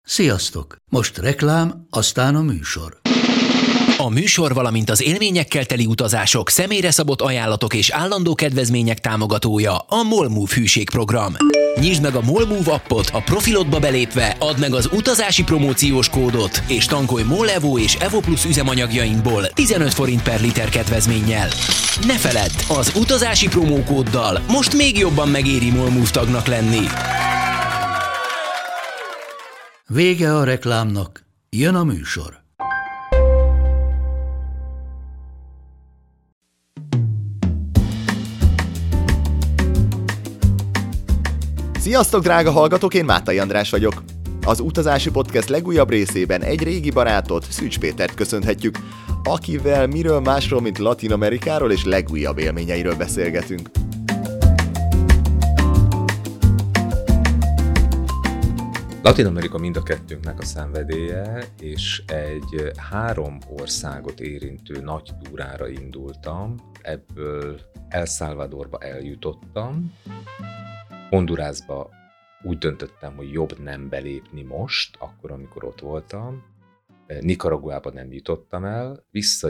Sziasztok! Most reklám, aztán a műsor. A műsor, valamint az élményekkel teli utazások, személyre szabott ajánlatok és állandó kedvezmények támogatója a MOLMOVE hűségprogram. Nyisd meg a MOLMOVE appot, a profilodba belépve add meg az utazási promóciós kódot, és tankolj MOL Evo és Evo Plus üzemanyagjainkból 15 forint per liter kedvezménnyel. Ne feledd, az utazási promókóddal most még jobban megéri MOLMOVE tagnak lenni. Vége a reklámnak, jön a műsor. Sziasztok, drága hallgatók, én Mátai András vagyok. Az Utazási Podcast legújabb részében egy régi barátot, Szűcs Pétert köszönhetjük, akivel miről másról, mint Latin Amerikáról és legújabb élményeiről beszélgetünk. Latin Amerika mind a kettőnknek a szenvedélye, és egy 3 országot érintő nagy túrára indultam. Ebből El Salvadorba eljutottam. Hondurasba úgy döntöttem, hogy jobb nem belépni most, akkor, amikor ott voltam. Nicaraguába nem jutottam el,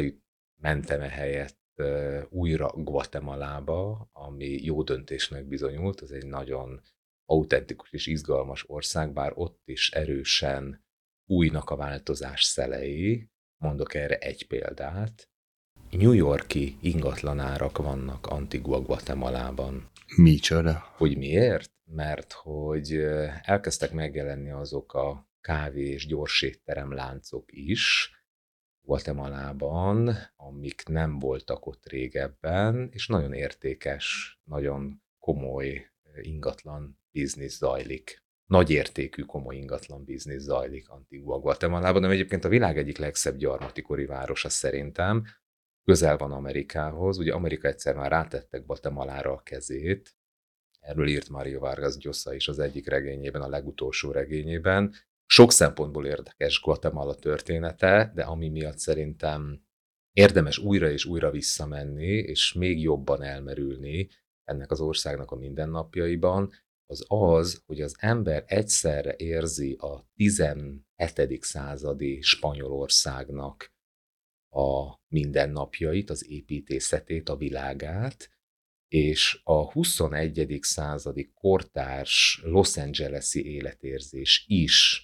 mentem ehelyett újra Guatemalába, ami jó döntésnek bizonyult. Ez egy nagyon autentikus és izgalmas ország, bár ott is erősen újnak a változás szelei. Mondok erre egy példát. New York-i ingatlanárak vannak Antigua Guatemalában. Micsoda? Hogy miért? Mert hogy elkezdtek megjelenni azok a kávé- és gyorsétterem láncok is Guatemalában, amik nem voltak ott régebben, és nagyon értékes, nagyon komoly ingatlan biznisz zajlik. Nagy értékű, komoly ingatlan biznisz zajlik Antigua Guatemalában, de egyébként a világ egyik legszebb gyarmatikori városa szerintem. Közel van Amerikához, ugye Amerika egyszer már rátette Guatemalára a kezét, erről írt Mario Vargas Llosa is az egyik regényében, a legutolsó regényében. Sok szempontból érdekes Guatemala története, de ami miatt szerintem érdemes újra és újra visszamenni, és még jobban elmerülni ennek az országnak a mindennapjaiban, az, hogy az ember egyszerre érzi a 17. századi Spanyolországnak a mindennapjait, az építészetét, a világát, és a 21. századi kortárs Los Angeles-i életérzés is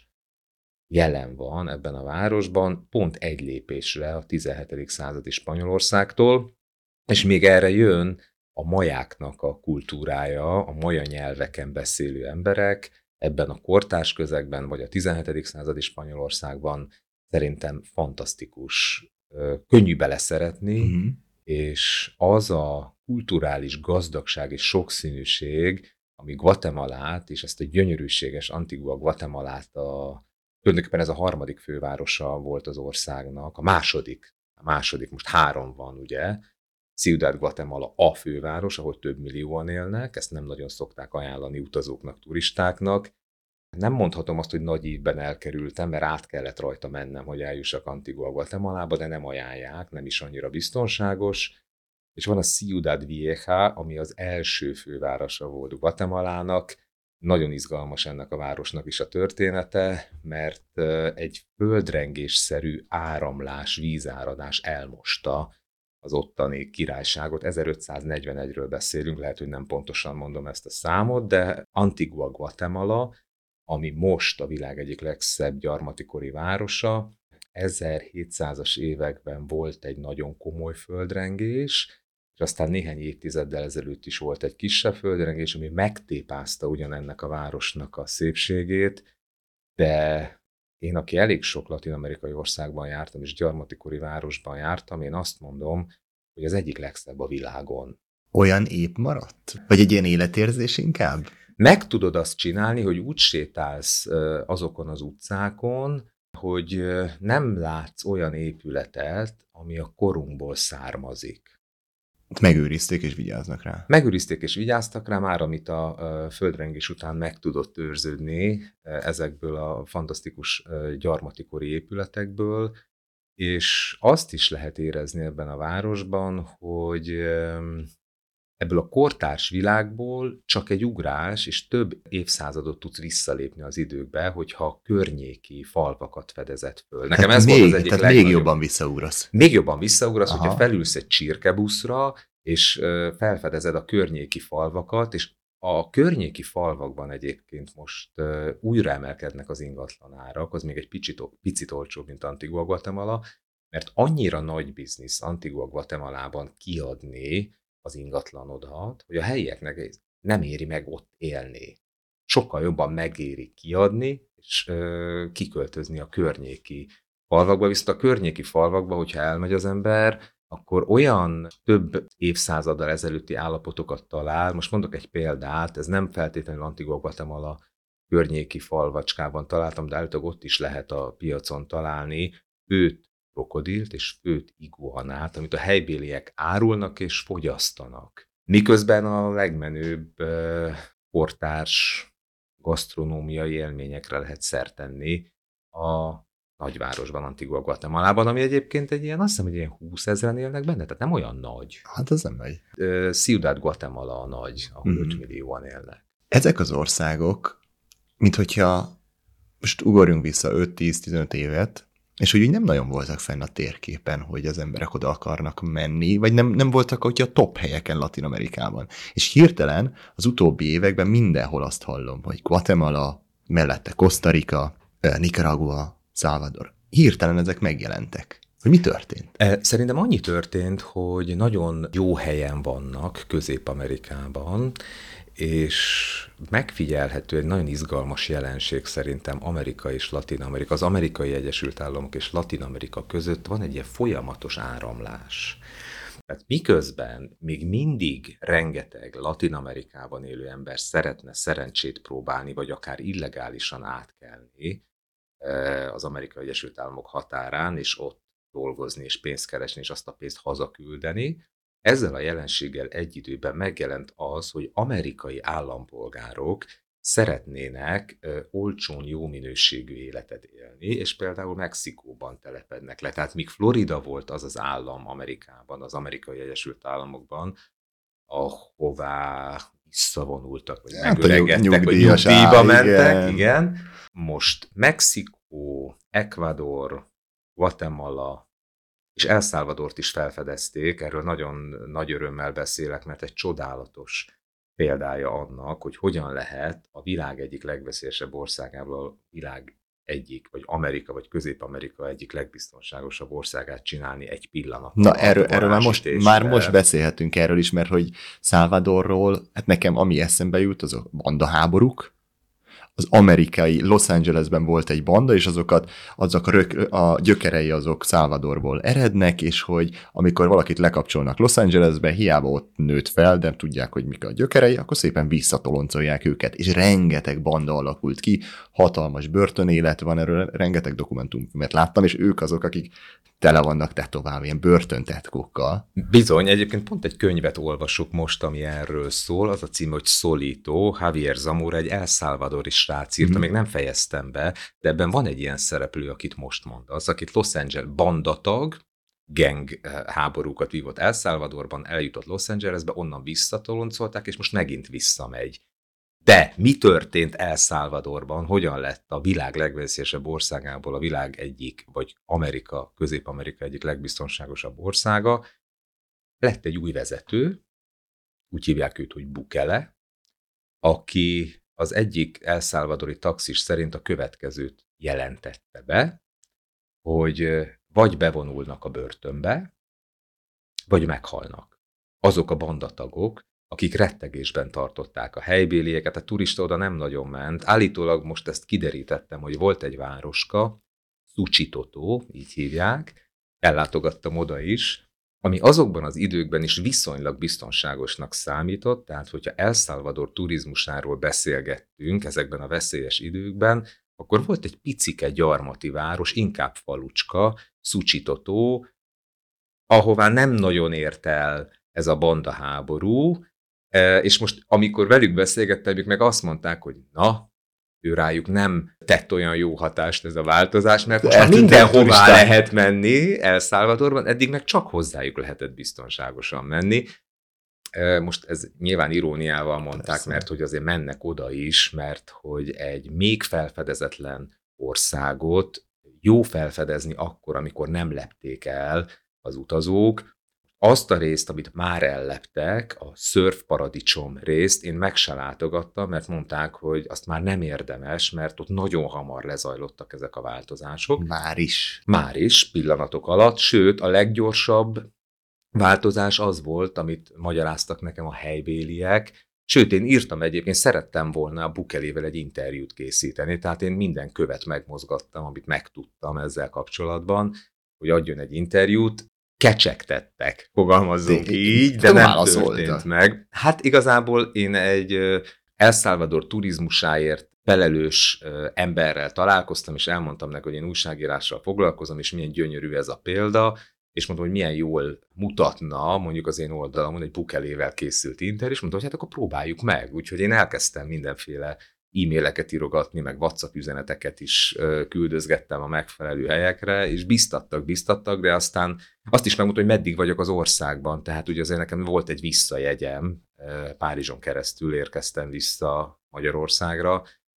jelen van ebben a városban, pont egy lépésre a 17. századi Spanyolországtól, és még erre jön a majáknak a kultúrája, a maja nyelveken beszélő emberek ebben a kortárs közegben, vagy a 17. századi Spanyolországban szerintem fantasztikus, könnyű beleszeretni, és az a kulturális gazdagság és sokszínűség, ami Guatemalát, és ezt a gyönyörűséges Antigua Guatemalát, tulajdonképpen ez a 3. fővárosa volt az országnak, a második, most 3 van, ugye, Ciudad Guatemala a főváros, ahol több millióan élnek, ezt nem nagyon szokták ajánlani utazóknak, turistáknak. Nem mondhatom azt, hogy nagy ívben elkerültem, mert át kellett rajta mennem, hogy eljussak Antigua Guatemalába, de nem ajánlják, nem is annyira biztonságos. És van a Ciudad Vieja, ami az első fővárosa volt Guatemalának. Nagyon izgalmas ennek a városnak is a története, mert egy földrengésszerű áramlás, vízáradás elmosta az ottani királyságot. 1541-ről beszélünk, lehet, hogy nem pontosan mondom ezt a számot, de Antigua Guatemala, ami most a világ egyik legszebb gyarmatikori városa, 1700-as években volt egy nagyon komoly földrengés, és aztán néhány évtizeddel ezelőtt is volt egy kisebb földrengés, ami megtépázta ugyanennek a városnak a szépségét, de én, aki elég sok latin-amerikai országban jártam, és gyarmatikori városban jártam, én azt mondom, hogy az egyik legszebb a világon. Olyan ép maradt? Vagy egy ilyen életérzés inkább? Meg tudod azt csinálni, hogy úgy sétálsz azokon az utcákon, hogy nem látsz olyan épületet, ami a korunkból származik. Megőrizték és vigyáznak rá. Megőrizték és vigyáztak rá, már amit a földrengés után meg tudott őrződni ezekből a fantasztikus gyarmatikori épületekből, és azt is lehet érezni ebben a városban, hogy ebből a kortárs világból csak egy ugrás, és több évszázadot tudsz visszalépni az időkbe, hogyha a környéki falvakat fedezett föl. Nekem ez volt az egyik legnagyobb. Még jobban visszaugrasz. Még jobban visszaugrasz, hogyha felülsz egy csirkebuszra, és felfedezed a környéki falvakat, és a környéki falvakban egyébként most újra emelkednek az ingatlanárak, az még egy picit olcsóbb, mint Antigua Guatemala, mert annyira nagy biznisz Antigua Guatemalában kiadni az ingatlanodat, hogy a helyieknek nem éri meg ott élni. Sokkal jobban megéri kiadni, és kiköltözni a környéki falvakba, viszont a környéki falvakba, hogyha elmegy az ember, akkor olyan több évszázaddal ezelőtti állapotokat talál. Most mondok egy példát, ez nem feltétlenül Antigua Guatemala környéki falvacskában találtam, de állítólag ott is lehet a piacon találni főtt krokodilt és főtt iguanát, amit a helybéliek árulnak és fogyasztanak. Miközben a legmenőbb kortárs gasztronómiai élményekre lehet szert tenni a nagyvárosban, Antigua Guatemalában, ami egyébként egy ilyen, azt hiszem, hogy ilyen 20 000-en élnek benne, tehát nem olyan nagy. Hát ez nem nagy. Ciudad Guatemala a nagy, ahol 5 millióan élnek. Ezek az országok, mint hogyha most ugorjunk vissza 5-10-15 évet, és hogy úgy nem nagyon voltak fenn a térképen, hogy az emberek oda akarnak menni, vagy nem voltak hogy a top helyeken Latin-Amerikában. És hirtelen az utóbbi években mindenhol azt hallom, hogy Guatemala, mellette Costa Rica, Nicaragua, Salvador. Hirtelen ezek megjelentek. Hogy mi történt? Szerintem annyi történt, hogy nagyon jó helyen vannak Közép-Amerikában, és megfigyelhető egy nagyon izgalmas jelenség szerintem Amerika és Latin-Amerika. Az Amerikai Egyesült Államok és Latin-Amerika között van egy ilyen folyamatos áramlás. Tehát miközben még mindig rengeteg Latin-Amerikában élő ember szeretne szerencsét próbálni, vagy akár illegálisan átkelni az Amerikai Egyesült Államok határán, és ott dolgozni, és pénzt keresni, és azt a pénzt hazaküldeni, ezzel a jelenséggel egy időben megjelent az, hogy amerikai állampolgárok szeretnének olcsón, jó minőségű életet élni, és például Mexikóban telepednek le. Tehát míg Florida volt az az állam Amerikában, az Amerikai Egyesült Államokban, ahová visszavonultak, vagy megöregedtek, vagy nyugdíjba mentek. Igen. Most Mexikó, Ecuador, Guatemala és El Salvadort is felfedezték, erről nagyon nagy örömmel beszélek, mert egy csodálatos példája annak, hogy hogyan lehet a világ egyik legveszélyesebb országából a világ egyik, vagy Amerika, vagy Közép-Amerika egyik legbiztonságosabb országát csinálni egy pillanat. Na erről most beszélhetünk erről is, mert hogy Salvadorról, hát nekem ami eszembe jut, az a bandaháborúk. Az amerikai Los Angelesben volt egy banda, és azok a gyökerei azok Salvadorból erednek, és hogy amikor valakit lekapcsolnak Los Angelesbe, hiába ott nőtt fel, de tudják, hogy mik a gyökerei, akkor szépen visszatoloncolják őket, és rengeteg banda alakult ki, hatalmas börtönélet van, erről rengeteg dokumentumfilmet láttam, és ők azok, akik tele vannak tetoválva, ilyen börtöntetkokkal. Bizony, egyébként pont egy könyvet olvasok most, ami erről szól, az a cím, hogy Solito, Javier Zamora, egy El Salvadori srác írta, még nem fejeztem be, de ebben van egy ilyen szereplő, akit most mondasz, akit Los Angeles bandatag, gang háborúkat vívott El Salvadorban, eljutott Los Angelesbe, onnan visszatoloncolták, és most megint visszamegy. De mi történt El Salvadorban, hogyan lett a világ legveszélyesebb országából a világ egyik, vagy Amerika, Közép-Amerika egyik legbiztonságosabb országa? Lett egy új vezető, úgy hívják őt, hogy Bukele, aki az egyik El Salvadori taxis szerint a következőt jelentette be, hogy vagy bevonulnak a börtönbe, vagy meghalnak. Azok a bandatagok, akik rettegésben tartották a helybélieket, a turista oda nem nagyon ment. Állítólag most ezt kiderítettem, hogy volt egy városka, Suchitoto, így hívják, ellátogattam oda is, ami azokban az időkben is viszonylag biztonságosnak számított, tehát hogyha El Salvador turizmusáról beszélgettünk ezekben a veszélyes időkben, akkor volt egy picike gyarmati város, inkább falucska, Suchitoto, ahová nem nagyon ért el ez a bandaháború, és most amikor velük beszélgettem, ők meg azt mondták, hogy na, ő rájuk nem tett olyan jó hatást ez a változás, mert most mindenhová lehet menni El Salvadorban, eddig meg csak hozzájuk lehetett biztonságosan menni. Most ez nyilván iróniával mondták, Persze. mert hogy azért mennek oda is, mert hogy egy még felfedezetlen országot jó felfedezni akkor, amikor nem lepték el az utazók. Azt a részt, amit már elleptek, a Surf Paradicsom részt, én meg se látogattam, mert mondták, hogy azt már nem érdemes, mert ott nagyon hamar lezajlottak ezek a változások. Már is, pillanatok alatt, sőt, a leggyorsabb változás az volt, amit magyaráztak nekem a helybéliek, sőt, én írtam egyébként, szerettem volna a Bukelével egy interjút készíteni, tehát én minden követ megmozgattam, amit megtudtam ezzel kapcsolatban, hogy adjon egy interjút, kecsegtettek, fogalmazzunk így, de nem történt meg. Hát igazából én egy El Salvador turizmusáért felelős emberrel találkoztam, és elmondtam neki, hogy én újságírással foglalkozom, és milyen gyönyörű ez a példa, és mondtam, hogy milyen jól mutatna mondjuk az én oldalamon egy Bukelével készült interjú, és mondtam, hogy hát akkor próbáljuk meg. Úgyhogy én elkezdtem mindenféle e-maileket írogatni, meg WhatsApp üzeneteket is küldözgettem a megfelelő helyekre, és biztattak, de aztán azt is megmondtam, hogy meddig vagyok az országban, tehát ugye azért nekem volt egy visszajegyem, Párizson keresztül érkeztem vissza Magyarországra,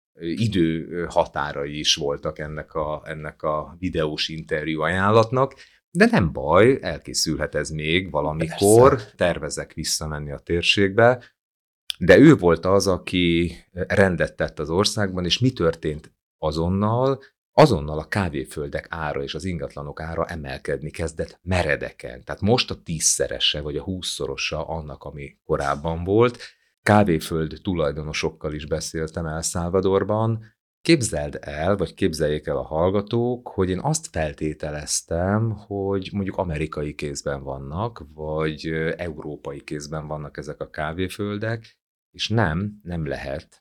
idő határai is voltak ennek a videós interjú ajánlatnak, de nem baj, elkészülhet ez még valamikor, persze. Tervezek visszamenni a térségbe, de ő volt az, aki rendet tett az országban, és mi történt azonnal? Azonnal a kávéföldek ára és az ingatlanok ára emelkedni kezdett meredeken. Tehát most a 10-szerese vagy a 20-szorosa annak, ami korábban volt. Kávéföld tulajdonosokkal is beszéltem El Salvadorban. Képzeld el, vagy képzeljék el a hallgatók, hogy én azt feltételeztem, hogy mondjuk amerikai kézben vannak, vagy európai kézben vannak ezek a kávéföldek, és nem lehet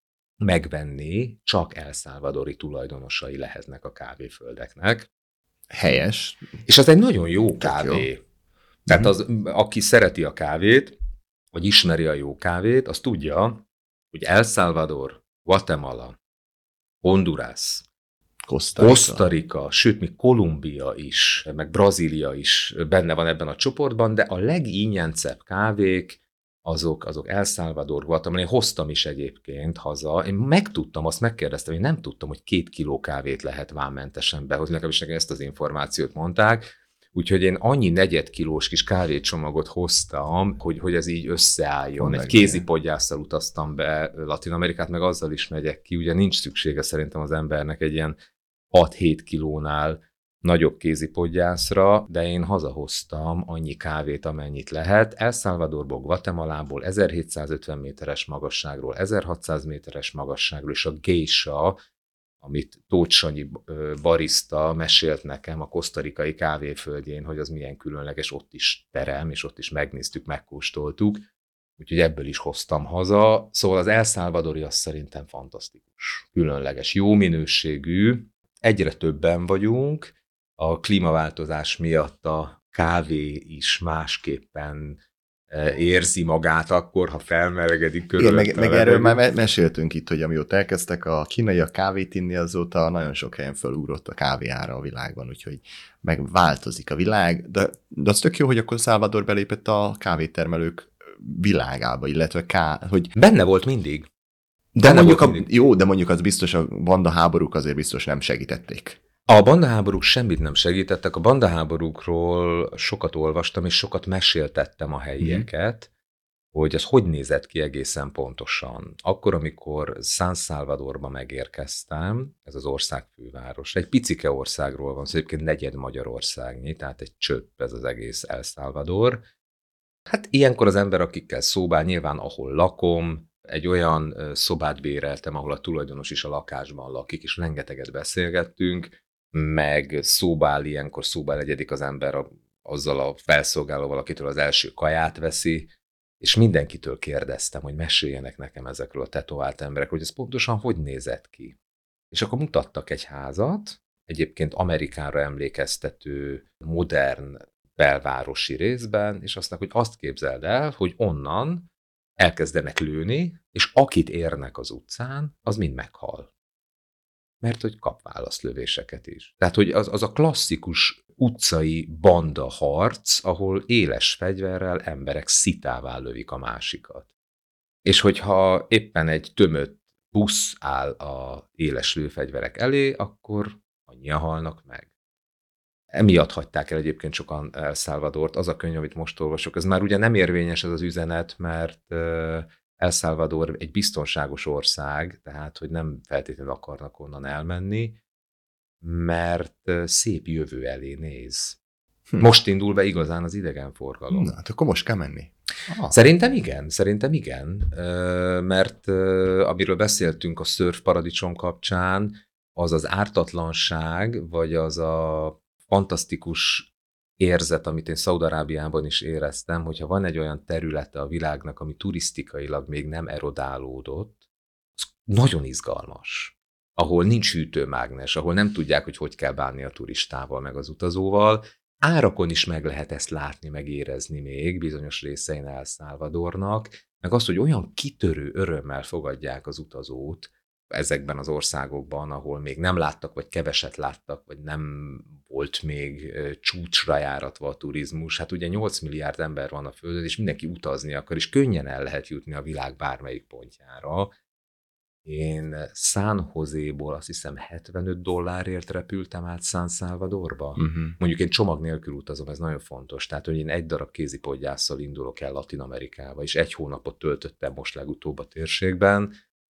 megvenni, csak El Salvadori tulajdonosai lehetnek a kávéföldeknek. Helyes. És az egy nagyon jó kávé. Jó. Tehát az, aki szereti a kávét, vagy ismeri a jó kávét, az tudja, hogy El Salvador, Guatemala, Honduras, Costa Rica, sőt, még Kolumbia is, meg Brazília is benne van ebben a csoportban, de a legígyencebb kávék, azok El Salvador, Guatemala. Én hoztam is egyébként haza. Én megtudtam, azt megkérdeztem, én nem tudtam, hogy 2 kiló kávét lehet vámmentesen behozni, legalábbis nekem ezt az információt mondták. Úgyhogy én annyi negyedkilós kis kávécsomagot hoztam, hogy ez így összeálljon. Egy kézipodgyásszal utaztam be Latin-Amerikát, meg azzal is megyek ki. Ugye nincs szüksége szerintem az embernek egy ilyen 6-7 kilónál nagyobb kézipodgyászra, de én hazahoztam annyi kávét, amennyit lehet. El Salvadorból, Guatemalából 1750 méteres magasságról, 1600 méteres magasságról, és a Geisha, amit Tóth Sanyi barista mesélt nekem a kosztarikai kávéföldjén, hogy az milyen különleges, ott is terem, és ott is megnéztük, megkóstoltuk, úgyhogy ebből is hoztam haza. Szóval az El Salvadori az szerintem fantasztikus, különleges, jó minőségű, egyre többen vagyunk, a klímaváltozás miatt a kávé is másképpen érzi magát akkor, ha felmelegedik körülötte. Igen, meg erről már meséltünk itt, hogy amióta elkezdtek a kínaiak kávét inni, azóta nagyon sok helyen felugrott a kávé ára a világban, úgyhogy megváltozik a világ, de az tök jó, hogy akkor Salvador belépett a kávétermelők világába, illetve hogy... Benne volt mindig. De mondjuk az biztos, a bandaháborúk azért biztos nem segítették. A bandaháborúk semmit nem segítettek. A bandaháborúkról sokat olvastam, és sokat meséltettem a helyieket, hogy az hogy nézett ki egészen pontosan. Akkor, amikor San Salvadorba megérkeztem, ez az ország főváros, egy picike országról van, szóval egyébként negyed Magyarországnyi, tehát egy csöpp ez az egész El Salvador. Hát ilyenkor az ember, akikkel szóba, nyilván ahol lakom, egy olyan szobát béreltem, ahol a tulajdonos is a lakásban lakik, és rengeteget beszélgettünk, meg ilyenkor szóba egyedik az ember azzal a felszolgálóval, akitől az első kaját veszi, és mindenkitől kérdeztem, hogy meséljenek nekem ezekről a tetovált emberek, hogy ez pontosan hogy nézett ki. És akkor mutattak egy házat, egyébként Amerikára emlékeztető, modern belvárosi részben, és azt mondták, hogy azt képzeld el, hogy onnan elkezdenek lőni, és akit érnek az utcán, az mind meghal. Mert hogy kap válaszlövéseket is. Tehát, hogy az a klasszikus utcai banda harc, ahol éles fegyverrel emberek szitává lövik a másikat. És hogyha éppen egy tömött busz áll a éles lőfegyverek elé, akkor annyian halnak meg. Emiatt hagyták el egyébként sokan El Salvadort. Az a könyv, amit most olvasok, ez már ugye nem érvényes ez az üzenet, mert El Salvador egy biztonságos ország, tehát hogy nem feltétlenül akarnak onnan elmenni, mert szép jövő elé néz. Most indul be igazán az idegenforgalom. Na, hát akkor most kell menni. Szerintem igen, mert amiről beszéltünk a szörf paradicsom kapcsán, az az ártatlanság, vagy az a fantasztikus érzet, amit én Szaúd-Arábiában is éreztem, hogyha van egy olyan területe a világnak, ami turisztikailag még nem erodálódott, az nagyon izgalmas. Ahol nincs hűtőmágnes, ahol nem tudják, hogy kell bánni a turistával, meg az utazóval. Árakon is meg lehet ezt látni, meg érezni még bizonyos részein El Salvadornak, meg azt, hogy olyan kitörő örömmel fogadják az utazót ezekben az országokban, ahol még nem láttak, vagy keveset láttak, vagy nem volt még csúcsra járatva a turizmus. Hát ugye 8 milliárd ember van a Földön, és mindenki utazni akar, és könnyen el lehet jutni a világ bármelyik pontjára. Én San Joséból azt hiszem $75 repültem át San Salvadorba. Mondjuk én csomag nélkül utazom, ez nagyon fontos. Tehát, hogy én egy darab kézipodgyásszal indulok el Latin-Amerikába, és 1 hónapot töltöttem most legutóbb a térségben.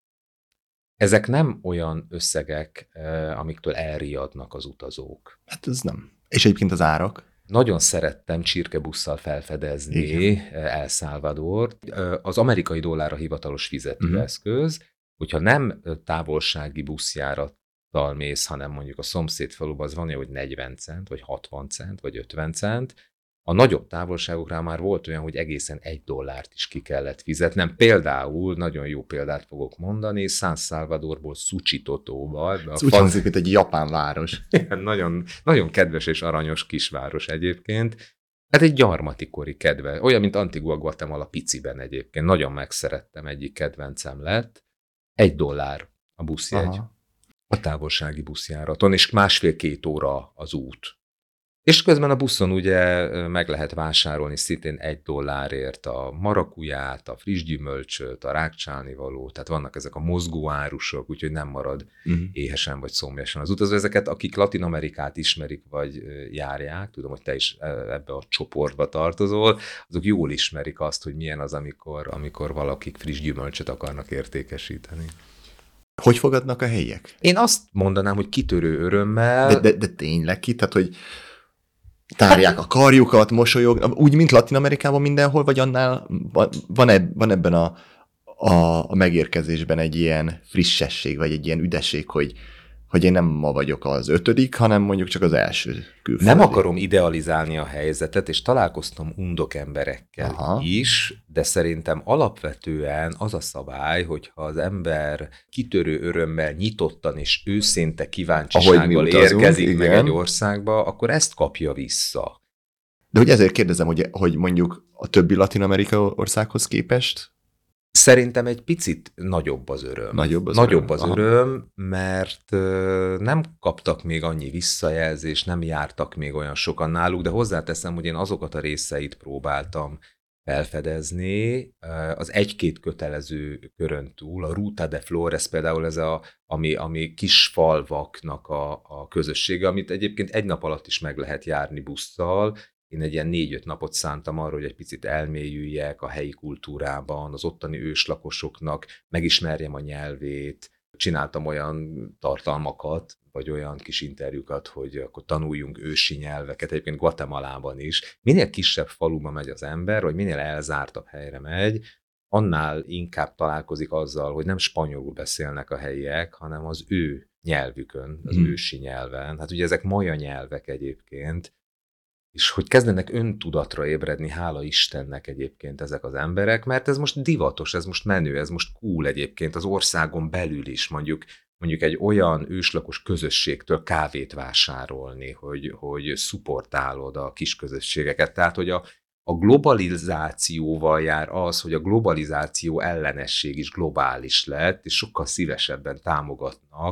Ezek nem olyan összegek, amiktől elriadnak az utazók. Hát ez nem. És egyébként az árak? Nagyon szerettem csirkebusszal felfedezni El Salvadort. Az amerikai dollár a hivatalos fizetőeszköz. Hogyha nem távolsági buszjárattal mész, hanem mondjuk a szomszéd faluban, az van olyan, hogy 40 cent, vagy 60 cent, vagy 50 cent. A nagyobb távolságokra már volt olyan, hogy egészen $1 is ki kellett fizetnem. Például, nagyon jó példát fogok mondani, San Salvadorból Suchitotóba. Ez úgy hangzik, mint egy japán város. nagyon, nagyon kedves és aranyos kisváros egyébként. Hát egy gyarmatikori kedve, olyan, mint Antigua Guatemala piciben egyébként. Nagyon megszerettem, egyik kedvencem lett. $1 a buszjegy. Aha. A távolsági buszjáraton, és 1,5-2 óra az út. És közben a buszon ugye meg lehet vásárolni szintén $1 a marakuját, a friss gyümölcsöt, a rákcsálnivalót, tehát vannak ezek a mozgó árusok, úgyhogy nem marad éhesen vagy szomjasan az utazó. Ezeket, akik Latin-Amerikát ismerik vagy járják, tudom, hogy te is ebbe a csoportba tartozol, azok jól ismerik azt, hogy milyen az, amikor valakik friss gyümölcsöt akarnak értékesíteni. Hogy fogadnak a helyiek? Én azt mondanám, hogy kitörő örömmel. De tényleg ki? Tehát, hogy tárják a karjukat, mosolyognak, úgy, mint Latin-Amerikában mindenhol, vagy annál van ebben a megérkezésben egy ilyen frissesség, vagy egy ilyen üdesség, hogy én nem ma vagyok az 5., hanem mondjuk csak az első külföldi. Nem akarom idealizálni a helyzetet, és találkoztam undok emberekkel is, de szerintem alapvetően az a szabály, hogyha az ember kitörő örömmel, nyitottan és őszinte kíváncsisággal érkezik meg egy országba, akkor ezt kapja vissza. De hogy ezért kérdezem, hogy mondjuk a többi Latin-Amerika országhoz képest? Szerintem egy picit nagyobb az öröm. Nagyobb az öröm, mert nem kaptak még annyi visszajelzést, nem jártak még olyan sokan náluk, de hozzáteszem, hogy én azokat a részeit próbáltam felfedezni. Az 1-2 kötelező körön túl, a Ruta de Flores például ez ami kis falvaknak a közössége, amit egyébként egy nap alatt is meg lehet járni busszal. Én egy ilyen 4-5 napot szántam arra, hogy egy picit elmélyüljek a helyi kultúrában, az ottani őslakosoknak, megismerjem a nyelvét, csináltam olyan tartalmakat, vagy olyan kis interjúkat, hogy akkor tanuljunk ősi nyelveket, egyébként Guatemalában is. Minél kisebb faluba megy az ember, vagy minél elzártabb helyre megy, annál inkább találkozik azzal, hogy nem spanyolul beszélnek a helyiek, hanem az ő nyelvükön, az ősi nyelven. Hát ugye ezek maja nyelvek egyébként, és hogy kezdenek öntudatra ébredni, hála Istennek egyébként ezek az emberek, mert ez most divatos, ez most menő, ez most cool egyébként az országon belül is, mondjuk egy olyan őslakos közösségtől kávét vásárolni, hogy szupportálod a kis közösségeket. Tehát, hogy a globalizációval jár az, hogy a globalizáció ellenesség is globális lett, és sokkal szívesebben támogatnak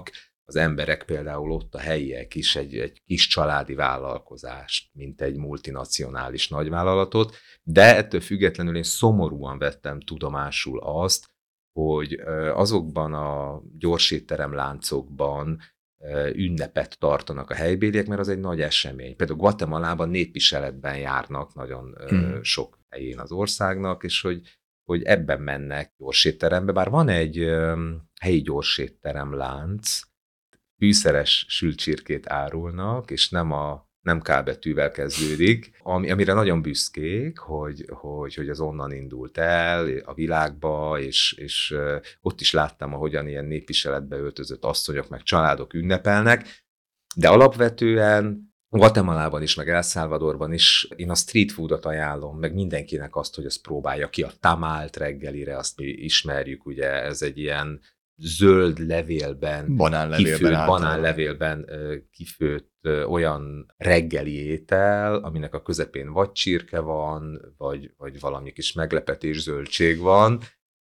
az emberek például ott a helyiek is egy kis családi vállalkozást, mint egy multinacionális nagyvállalatot, de ettől függetlenül én szomorúan vettem tudomásul azt, hogy azokban a gyorsétterem láncokban ünnepet tartanak a helybéliek, mert az egy nagy esemény. Például Guatemalában népviseletben járnak nagyon sok helyén az országnak, és hogy ebben mennek gyorsétterembe, bár van egy helyi gyorsétterem lánc, fűszeres sült csirkét árulnak, és nem K betűvel kezdődik, amire nagyon büszkék, hogy az onnan indult el a világba, és ott is láttam, ahogyan ilyen népviseletbe öltözött asszonyok meg családok ünnepelnek, de alapvetően Guatemalában is, meg El Salvadorban is én a street foodot ajánlom, meg mindenkinek azt, hogy azt próbálja ki, a tamált reggelire, azt mi ismerjük, ugye ez egy ilyen zöld levélben, banánlevélben kifőtt olyan reggeli étel, aminek a közepén vagy csirke van, vagy valami kis meglepetés zöldség van,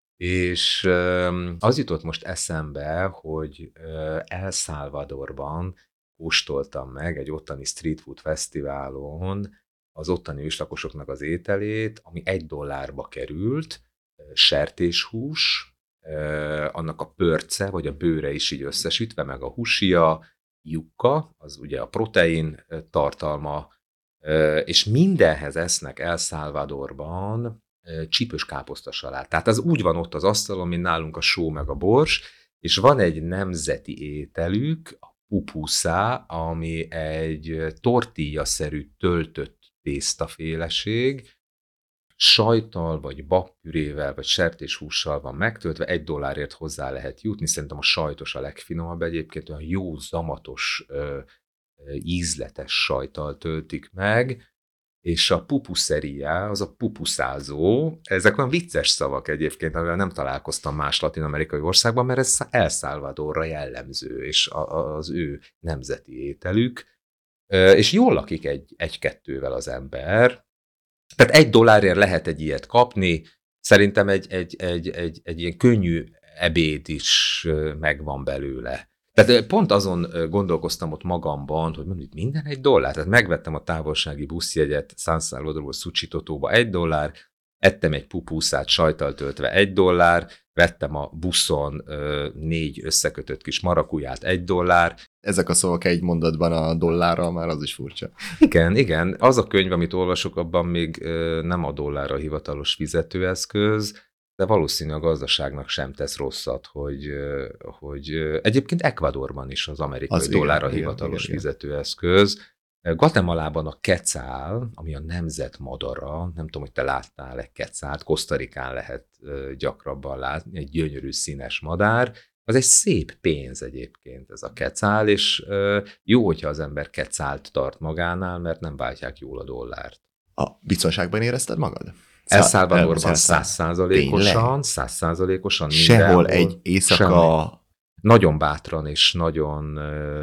és az jutott most eszembe, hogy El Salvadorban kóstoltam meg egy ottani street food fesztiválon az ottani őslakosoknak az ételét, ami $1 került, sertéshús, annak a pörce, vagy a bőre is így összesítve, meg a húsia, jukka, az ugye a protein tartalma, és mindenhez esznek El Salvadorban csípős káposztasalát. Tehát az úgy van ott az asztalon, mint nálunk a só meg a bors, és van egy nemzeti ételük, a pupusa, ami egy tortilla-szerű töltött tésztaféleség, sajttal, vagy babpürével, vagy sertéshússal van megtöltve, $1 hozzá lehet jutni, szerintem a sajtos a legfinomabb egyébként, olyan jó, zamatos, ízletes sajttal töltik meg, és a pupuseria, az a pupuszázó, ezek olyan vicces szavak egyébként, amivel nem találkoztam más latin-amerikai országban, mert ez El Salvadorra jellemző, és az ő nemzeti ételük, és jól lakik egy-kettővel az ember. Tehát $1 lehet egy ilyet kapni, szerintem egy ilyen könnyű ebéd is megvan belőle. Tehát pont azon gondolkoztam ott magamban, hogy mondjuk minden $1. Tehát megvettem a távolsági buszjegyet San Salvadorból Suchitotóba $1, ettem egy pupusát sajttal töltve $1, vettem a buszon 4 összekötött kis marakuját $1. Ezek a szavak egy mondatban a dollárral már az is furcsa. Igen. Az a könyv, amit olvasok, abban még nem a dollár a hivatalos fizetőeszköz, de valószínű a gazdaságnak sem tesz rosszat, hogy egyébként Ecuadorban is az amerikai az dollár a hivatalos fizetőeszköz. Guatemalában a quetzal, ami a nemzet madara, nem tudom, hogy te láttál egy quetzalt, Kosztarikán lehet gyakrabban látni, egy gyönyörű színes madár, az egy szép pénz egyébként ez a quetzal, és jó, hogyha az ember quetzalt tart magánál, mert nem váltják jól a dollárt. A biztonságban érezted magad? El Salvadorban 100%-osan sehol egy éjszaka... Nagyon bátran és nagyon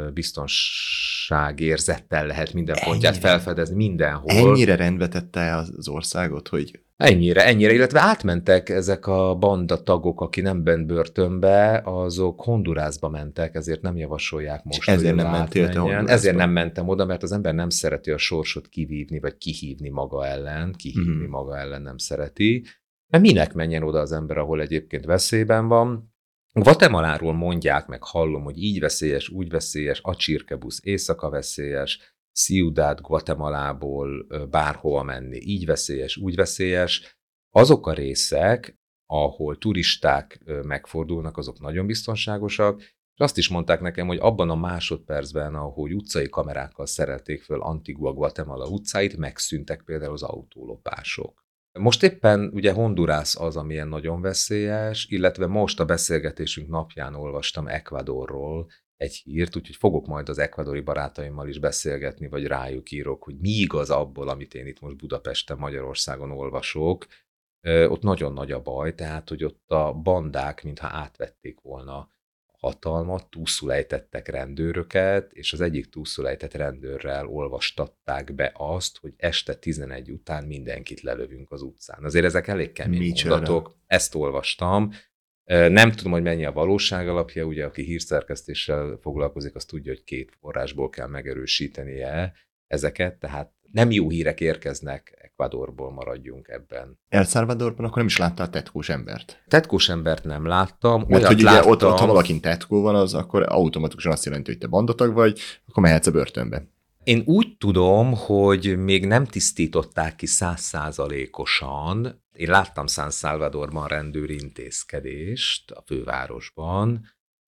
biztonságérzettel lehet minden pontját felfedezni mindenhol. Ennyire rendbe tette az országot, hogy... Ennyire, illetve átmentek ezek a banda tagok, aki nem bent börtönbe, azok Hondurasba mentek, ezért nem javasolják most, ezért nem mentél te Hondurasba? Ezért nem mentem oda, mert az ember nem szereti a sorsot kivívni, vagy kihívni maga ellen. Maga ellen nem szereti. Mert minek menjen oda az ember, ahol egyébként veszélyben van? Guatemaláról mondják, meg hallom, hogy így veszélyes, úgy veszélyes, a csirkebusz éjszaka veszélyes, Ciudad Guatemalából bárhova menni, így veszélyes, úgy veszélyes. Azok a részek, ahol turisták megfordulnak, azok nagyon biztonságosak, és azt is mondták nekem, hogy abban a másodpercben, ahogy utcai kamerákkal szerelték föl Antigua Guatemala utcáit, megszűntek például az autólopások. Most éppen ugye Honduras az, amilyen nagyon veszélyes, illetve most a beszélgetésünk napján olvastam Ecuadorról egy hírt, úgyhogy fogok majd az ecuadori barátaimmal is beszélgetni, vagy rájuk írok, hogy mi igaz abból, amit én itt most Budapesten, Magyarországon olvasok. Ott nagyon nagy a baj, tehát hogy ott a bandák, mintha átvették volna hatalmat, túlszul ejtettek rendőröket, és az egyik túlszul ejtett rendőrrel olvastatták be azt, hogy este 11 után mindenkit lelövünk az utcán. Azért ezek elég kemény mondatok, ezt olvastam. Nem tudom, hogy mennyi a valóság alapja, ugye aki hírszerkesztéssel foglalkozik, az tudja, hogy 2 forrásból kell megerősítenie ezeket, tehát nem jó hírek érkeznek Ecuadorból, maradjunk ebben. El Salvadorban akkor nem is láttál tetkós embert? Tetkós embert nem láttam. Mert hogy ugye ott, ha valakin tetkó van, az akkor automatikusan azt jelenti, hogy te bandatag vagy, akkor mehetsz a börtönbe. Én úgy tudom, hogy még nem tisztították ki 100%-osan. Én láttam San Salvadorban rendőri intézkedést a fővárosban,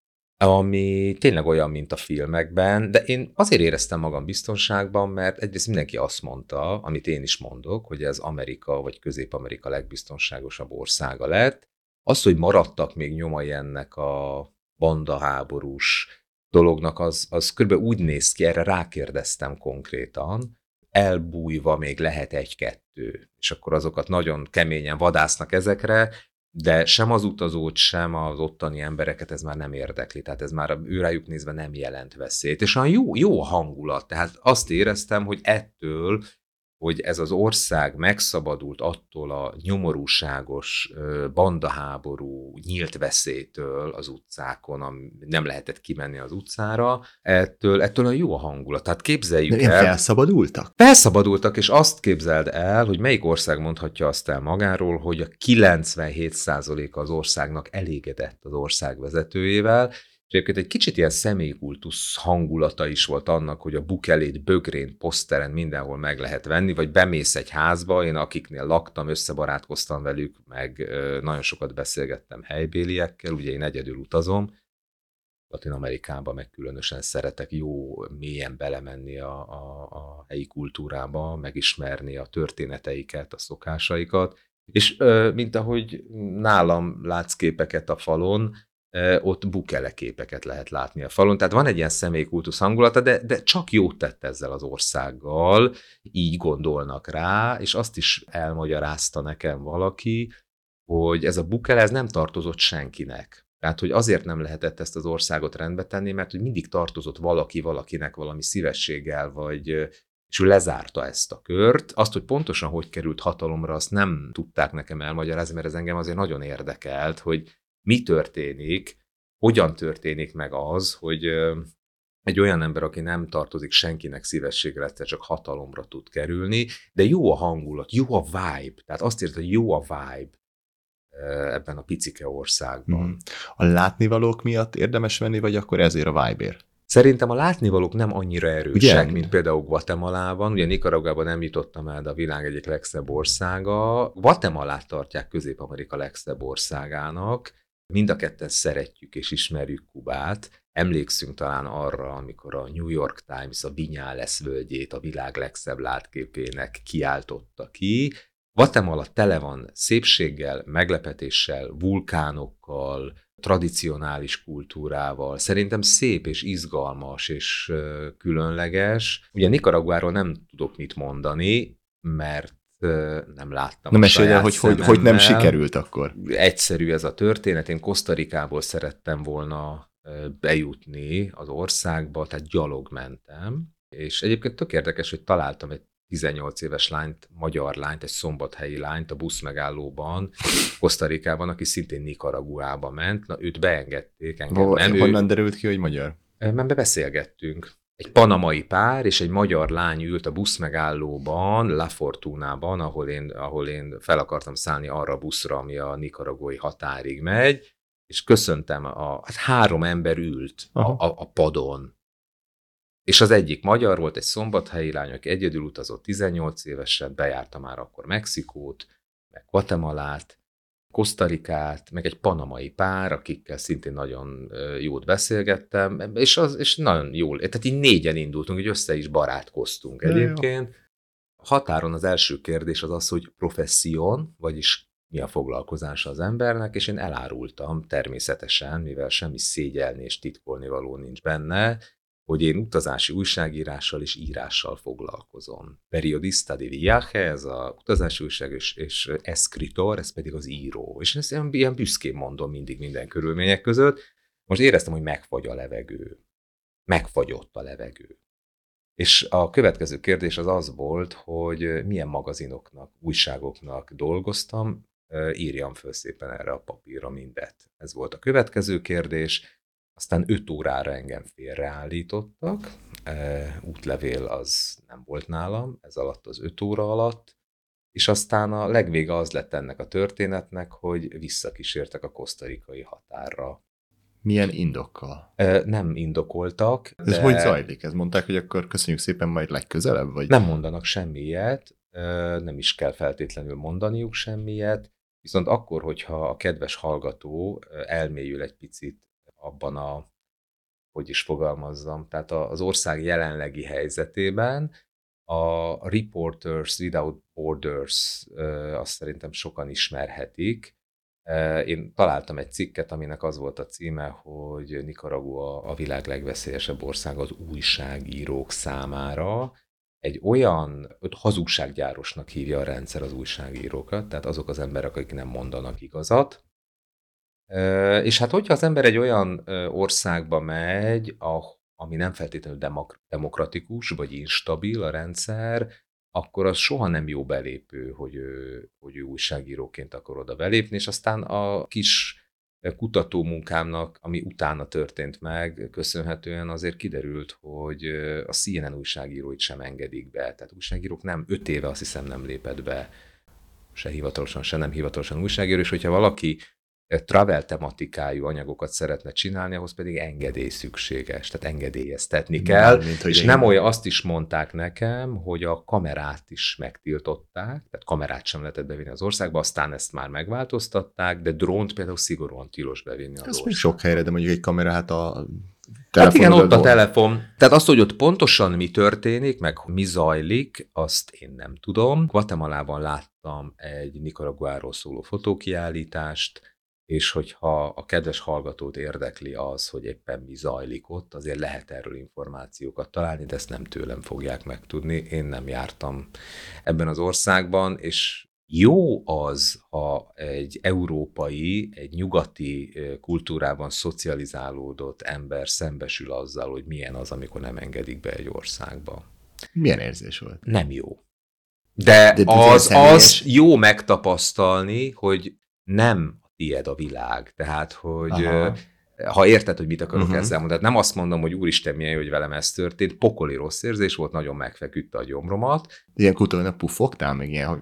ami tényleg olyan, mint a filmekben, de én azért éreztem magam biztonságban, mert egyrészt mindenki azt mondta, amit én is mondok, hogy ez Amerika vagy Közép-Amerika legbiztonságosabb országa lett. Az, hogy maradtak még nyomai ennek a bandaháborús dolognak, az körülbelül úgy néz ki, erre rákérdeztem konkrétan, elbújva még lehet 1-2, és akkor azokat nagyon keményen vadásznak ezekre, de sem az utazót, sem az ottani embereket ez már nem érdekli, tehát ez már őrájuk nézve nem jelent veszélyt, és olyan jó a hangulat, tehát azt éreztem, hogy ettől, hogy ez az ország megszabadult attól a nyomorúságos bandaháború nyílt veszélytől az utcákon, nem lehetett kimenni az utcára, ettől a jó a hangulat. Tehát képzeljük el... Felszabadultak? Felszabadultak, és azt képzeld el, hogy melyik ország mondhatja azt el magáról, hogy a 97% az országnak elégedett az ország vezetőjével, és egyébként egy kicsit ilyen személykultusz hangulata is volt annak, hogy a bukelét, bögrén, poszteren mindenhol meg lehet venni, vagy bemész egy házba, én akiknél laktam, összebarátkoztam velük, meg nagyon sokat beszélgettem helybéliekkel, ugye én egyedül utazom, Latin-Amerikában meg különösen szeretek jó mélyen belemenni a helyi kultúrába, megismerni a történeteiket, a szokásaikat, és mint ahogy nálam látsz képeket a falon, ott bukele képeket lehet látni a falon. Tehát van egy ilyen személykultusz hangulata, de csak jót tett ezzel az országgal, így gondolnak rá, és azt is elmagyarázta nekem valaki, hogy ez a bukele ez nem tartozott senkinek. Tehát, hogy azért nem lehetett ezt az országot rendbe tenni, mert hogy mindig tartozott valakinek valami szívességgel, és ő lezárta ezt a kört. Azt, hogy pontosan hogy került hatalomra, azt nem tudták nekem elmagyarázni, mert ez engem azért nagyon érdekelt, hogy mi történik, hogyan történik meg az, hogy egy olyan ember, aki nem tartozik senkinek szívességre, egyszer csak hatalomra tud kerülni, de jó a hangulat, jó a vibe. Tehát azt érted, hogy jó a vibe ebben a picike országban. A látnivalók miatt érdemes venni, vagy akkor ezért a vibe-ért? Szerintem a látnivalók nem annyira erősek, ugye? Mint például Guatemalában. Ugye Nicaraguában nem jutottam el, de a világ egyik legszebb országa. Guatemalát tartják Közép-Amerika legszebb országának. Mind a ketten szeretjük és ismerjük Kubát. Emlékszünk talán arra, amikor a New York Times a Viñales völgyét a világ legszebb látképének kiáltotta ki. Guatemala tele van szépséggel, meglepetéssel, vulkánokkal, tradicionális kultúrával. Szerintem szép és izgalmas és különleges. Ugye Nicaraguáról nem tudok mit mondani, mert nem láttam. Na mesélj el, hogy nem sikerült akkor. Egyszerű ez a történet. Én Kosztarikából szerettem volna bejutni az országba, tehát gyalog mentem. És egyébként tök érdekes, hogy találtam egy 18 éves lányt, magyar lányt, egy szombathelyi lányt a buszmegállóban, Kosztarikában, aki szintén Nicaraguába ment. Na, őt beengedték engem. Honnan derült ki, hogy magyar? Mert beszélgettünk. Egy panamai pár és egy magyar lány ült a buszmegállóban, La Fortunában, ahol én fel akartam szállni arra a buszra, ami a nicaraguai határig megy, és köszöntem, 3 ember ült a padon. És az egyik magyar volt, egy szombathelyi lány, aki egyedül utazott 18 évesen, bejárta már akkor Mexikót, meg Guatemalát, Kosztarikát, meg egy panamai pár, akikkel szintén nagyon jót beszélgettem, és nagyon jól, tehát így 4-en indultunk, hogy össze is barátkoztunk egyébként. A határon az első kérdés az, hogy professzión, vagyis mi a foglalkozása az embernek, és én elárultam természetesen, mivel semmi szégyelni és titkolni való nincs benne, hogy én utazási újságírással és írással foglalkozom. Periodista de viaje, ez a utazási újság, és escritor, ez pedig az író. És ezt ilyen büszkén mondom mindig minden körülmények között. Most éreztem, hogy megfagy a levegő. Megfagyott a levegő. És a következő kérdés az volt, hogy milyen magazinoknak, újságoknak dolgoztam. írjam föl szépen erre a papírra mindet. Ez volt a következő kérdés. Aztán 5 órára engem félreállítottak, útlevél az nem volt nálam, ez alatt az 5 óra alatt, és aztán a legvége az lett ennek a történetnek, hogy visszakísértek a kosztarikai határra. Milyen indokkal? Nem indokoltak. Ez hogy zajlik? Ez mondták, hogy akkor köszönjük szépen, majd legközelebb? Vagy? Nem mondanak semmi ilyet, nem is kell feltétlenül mondaniuk semmi ilyet, viszont akkor, hogyha a kedves hallgató elmélyül egy picit abban hogy is fogalmazzam, tehát az ország jelenlegi helyzetében, a Reporters Without Borders, azt szerintem sokan ismerhetik. Én találtam egy cikket, aminek az volt a címe, hogy Nicaragua a világ legveszélyesebb ország az újságírók számára. Egy olyan hazugsággyárosnak hívja a rendszer az újságírókat, tehát azok az emberek, akik nem mondanak igazat. És hát, hogyha az ember egy olyan országba megy, ami nem feltétlenül demokratikus, vagy instabil a rendszer, akkor az soha nem jó belépő, hogy ő újságíróként akar oda belépni, és aztán a kis kutatómunkámnak, ami utána történt meg, köszönhetően azért kiderült, hogy a CNN újságíróit sem engedik be. Tehát újságírók 5 éve azt hiszem nem lépett be, se hivatalosan, se nem hivatalosan újságíró, és hogyha valaki travel tematikájú anyagokat szeretne csinálni, ahhoz pedig engedély szükséges, tehát engedélyeztetni kell, és nem olyan, azt is mondták nekem, hogy a kamerát is megtiltották, tehát kamerát sem lehetett bevinni az országba, aztán ezt már megváltoztatták, de drónt például szigorúan tilos bevinni az országba. Ez sok helyre, de mondjuk egy kamera, hát a hát igen, ott a telefon. Tehát azt, hogy ott pontosan mi történik, meg mi zajlik, azt én nem tudom. Guatemalában láttam egy Nicaraguáról szóló fotókiállítást, és hogyha a kedves hallgatót érdekli az, hogy éppen mi zajlik ott, azért lehet erről információkat találni, de ezt nem tőlem fogják megtudni. Én nem jártam ebben az országban, és jó az, ha egy európai, egy nyugati kultúrában szocializálódott ember szembesül azzal, hogy milyen az, amikor nem engedik be egy országba. Milyen érzés volt? Nem jó. De az jó megtapasztalni, hogy nem tied a világ. Tehát, hogy ha érted, hogy mit akarok ezzel mondani, nem azt mondom, hogy úristen, milyen jó, hogy velem ez történt, pokoli rossz érzés volt, nagyon megfeküdte a gyomromat. Ilyen kutónak puffogtál meg ilyen, hogy...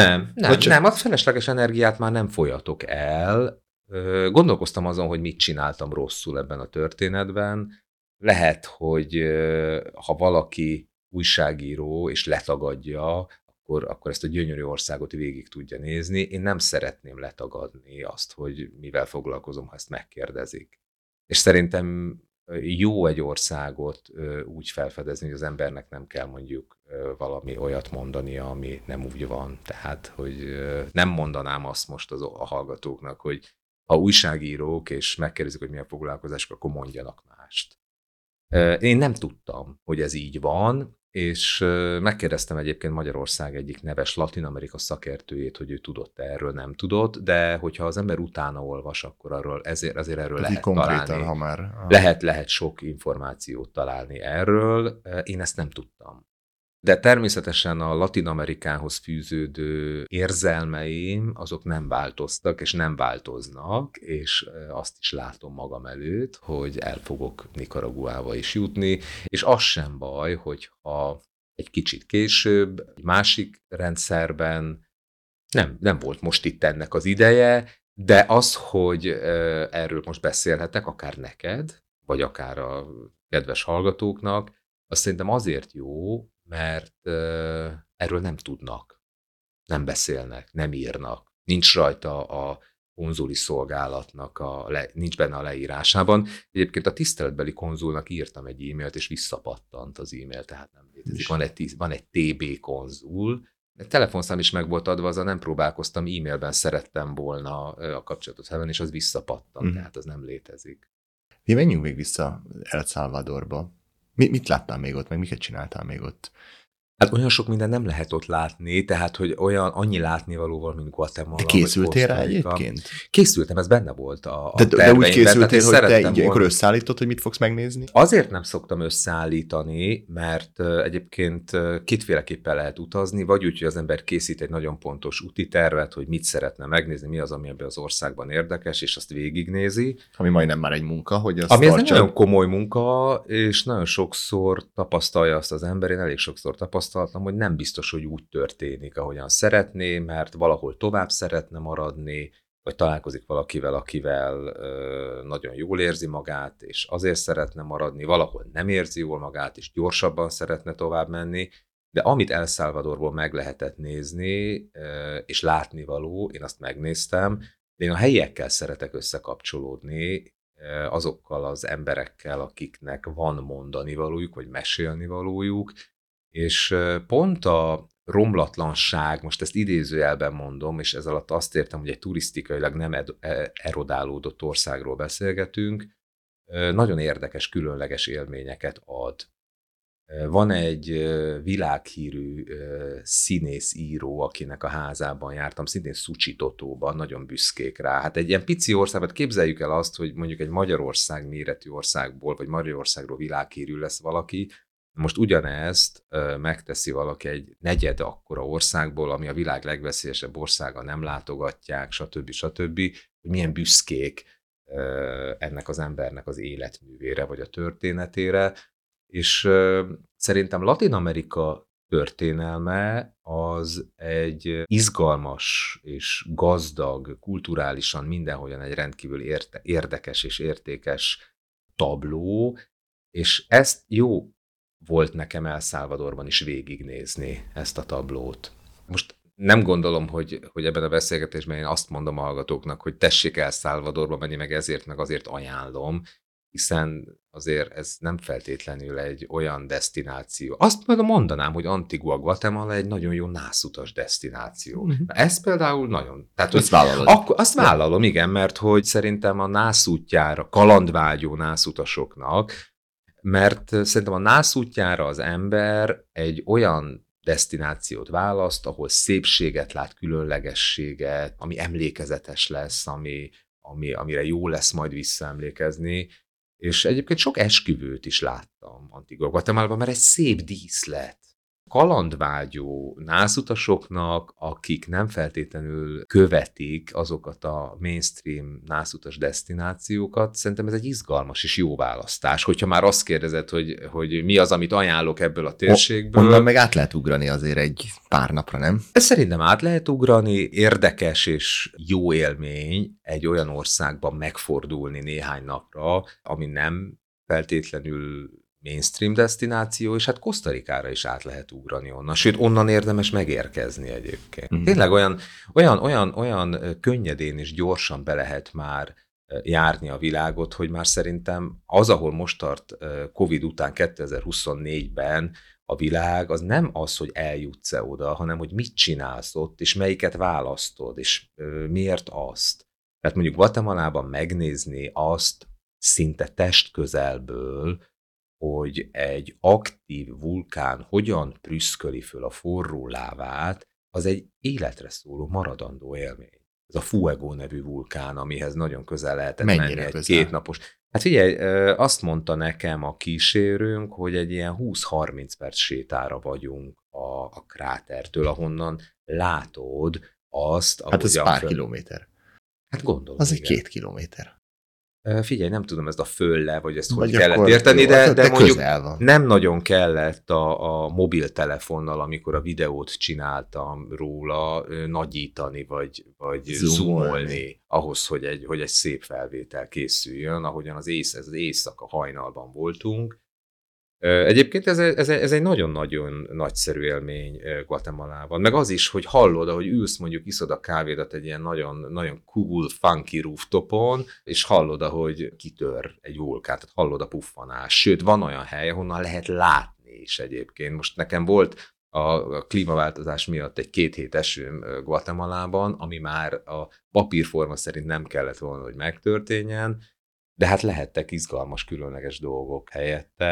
Nem, a felesleges energiát már nem folyatok el. Gondolkoztam azon, hogy mit csináltam rosszul ebben a történetben. Lehet, hogy ha valaki újságíró és letagadja, akkor ezt a gyönyörű országot végig tudja nézni. Én nem szeretném letagadni azt, hogy mivel foglalkozom, ha ezt megkérdezik. És szerintem jó egy országot úgy felfedezni, hogy az embernek nem kell mondjuk valami olyat mondania, ami nem úgy van. Tehát, hogy nem mondanám azt most a hallgatóknak, hogy ha újságírók és megkérdezik, hogy mi a foglalkozásuk, akkor mondjanak mást. Én nem tudtam, hogy ez így van, és megkérdeztem egyébként Magyarország egyik neves Latin-Amerika szakértőjét, hogy ő tudott erről, nem tudott, de hogyha az ember utána olvas, akkor azért erről lehet találni. Ha már... Lehet sok információt találni erről. Én ezt nem tudtam. De természetesen a Latin-Amerikához fűződő érzelmeim, azok nem változtak, és nem változnak, és azt is látom magam előtt, hogy el fogok Nicaraguába is jutni, és az sem baj, hogyha egy kicsit később, egy másik rendszerben, nem volt most itt ennek az ideje, de az, hogy erről most beszélhetek, akár neked, vagy akár a kedves hallgatóknak, azt szerintem azért jó, mert erről nem tudnak, nem beszélnek, nem írnak, nincs rajta a konzuli szolgálatnak, nincs benne a leírásában. Egyébként a tiszteletbeli konzulnak írtam egy e-mailt, és visszapattant az e-mail, tehát nem létezik. Van egy TB konzul, de telefonszám is meg volt adva, azzal nem próbálkoztam, e-mailben szerettem volna a kapcsolatot felvenni, és az visszapattant, tehát az nem létezik. Mi menjünk még vissza El Salvadorba. Mit láttál még ott, meg miket csináltál még ott? Hát olyan sok minden nem lehet ott látni, tehát hogy annyi látnivalóval, mint Guatemala. Te készültél rá egyébként? Készültem, ez benne volt a de úgy készültél, hogy te így volna. akkor összeállítod, hogy mit fogsz megnézni? Azért nem szoktam összeállítani, mert egyébként kétféleképpen lehet utazni, vagy úgy, hogy az ember készít egy nagyon pontos úti tervet, hogy mit szeretne megnézni, mi az, ami ebben az országban érdekes, és azt végignézi. Ami majdnem már egy munka, hogy azt ami ez egy nagyon komoly munka, és nagyon sokszor tapasztalja azt az ember, én elég sokszor tapasztaltam, hogy nem biztos, hogy úgy történik, ahogyan szeretné, mert valahol tovább szeretne maradni, vagy találkozik valakivel, akivel nagyon jól érzi magát, és azért szeretne maradni, valahol nem érzi jól magát, és gyorsabban szeretne tovább menni, de amit El Salvadorból meg lehetett nézni, és látnivaló, én azt megnéztem, de én a helyiekkel szeretek összekapcsolódni, azokkal az emberekkel, akiknek van mondani valójuk, vagy mesélni valójuk, és pont a romlatlanság, most ezt idézőjelben mondom, és ez alatt azt értem, hogy egy turisztikailag nem erodálódott országról beszélgetünk, nagyon érdekes, különleges élményeket ad. Van egy világhírű színész-író, akinek a házában jártam, szintén Suchitotóban, nagyon büszkék rá. Hát egy ilyen pici országban, képzeljük el azt, hogy mondjuk egy Magyarország méretű országból, vagy Magyarországról világhírű lesz valaki, most ugyanezt megteszi valaki egy negyed akkora országból, ami a világ legveszélyesebb országa, nem látogatják, stb. Hogy milyen büszkék ennek az embernek az életművére, vagy a történetére. És szerintem Latin-Amerika történelme az egy izgalmas és gazdag, kulturálisan mindenhogyan egy rendkívül érdekes és értékes tabló, és ezt jó volt nekem El Salvadorban is végignézni, ezt a tablót. Most nem gondolom, hogy ebben a beszélgetésben én azt mondom a hallgatóknak, hogy tessék El Salvadorba menni, meg ezért, meg azért ajánlom, hiszen azért ez nem feltétlenül egy olyan desztináció. Azt mondanám, hogy Antigua Guatemala egy nagyon jó nászutas desztináció. Uh-huh. Ez például nagyon... Tehát, azt vállalom, igen, mert hogy szerintem a nászútjára, kalandvágyó nászutasoknak, mert szerintem a nászútjára az ember egy olyan desztinációt választ, ahol szépséget lát, különlegességet, ami emlékezetes lesz, amire jó lesz majd visszaemlékezni, és egyébként sok esküvőt is láttam Antigua Guatemalában, mert egy szép díszlet. Kalandvágyó nászutasoknak, akik nem feltétlenül követik azokat a mainstream nászutas desztinációkat, szerintem ez egy izgalmas és jó választás. Hogyha már azt kérdezed, hogy mi az, amit ajánlok ebből a térségből. Onnan meg át lehet ugrani azért egy pár napra, nem? Ez szerintem át lehet ugrani, érdekes és jó élmény egy olyan országban megfordulni néhány napra, ami nem feltétlenül mainstream desztináció, és hát Kosztarikára is át lehet ugrani onnan. Sőt, onnan érdemes megérkezni egyébként. Mm. Tényleg olyan könnyedén és gyorsan be lehet már járni a világot, hogy már szerintem az, ahol most tart Covid után 2024-ben a világ, az nem az, hogy eljutsz-e oda, hanem hogy mit csinálsz ott, és melyiket választod, és miért azt. Tehát mondjuk Guatemalában megnézni azt szinte testközelből, hogy egy aktív vulkán hogyan prüszköli föl a forró lávát, az egy életre szóló maradandó élmény. Ez a Fuego nevű vulkán, amihez nagyon közel lehetett menni egy kétnapos. Hát figyelj, azt mondta nekem a kísérőnk, hogy egy ilyen 20-30 perc sétára vagyunk a krátertől, ahonnan látod azt, hát ez pár kilométer. Hát gondolom. Az egy 2 kilométer. Figyelj, nem tudom, ezt a fölle, vagy ezt hogy kellett érteni, de mondjuk nem nagyon kellett a mobiltelefonnal, amikor a videót csináltam róla, nagyítani, vagy zoomolni ahhoz, hogy egy szép felvétel készüljön, ahogyan az éjszaka hajnalban voltunk. Egyébként ez egy nagyon-nagyon nagyszerű élmény Guatemalában. Meg az is, hogy hallod, ahogy ülsz, mondjuk iszod a kávédat egy ilyen nagyon, nagyon cool, funky rooftopon, és hallod, ahogy kitör egy vulkán, tehát hallod a puffanás. Sőt, van olyan hely, ahonnan lehet látni is egyébként. Most nekem volt a klímaváltozás miatt egy 2 hét esőm Guatemalában, ami már a papírforma szerint nem kellett volna, hogy megtörténjen, de hát lehettek izgalmas, különleges dolgok helyette.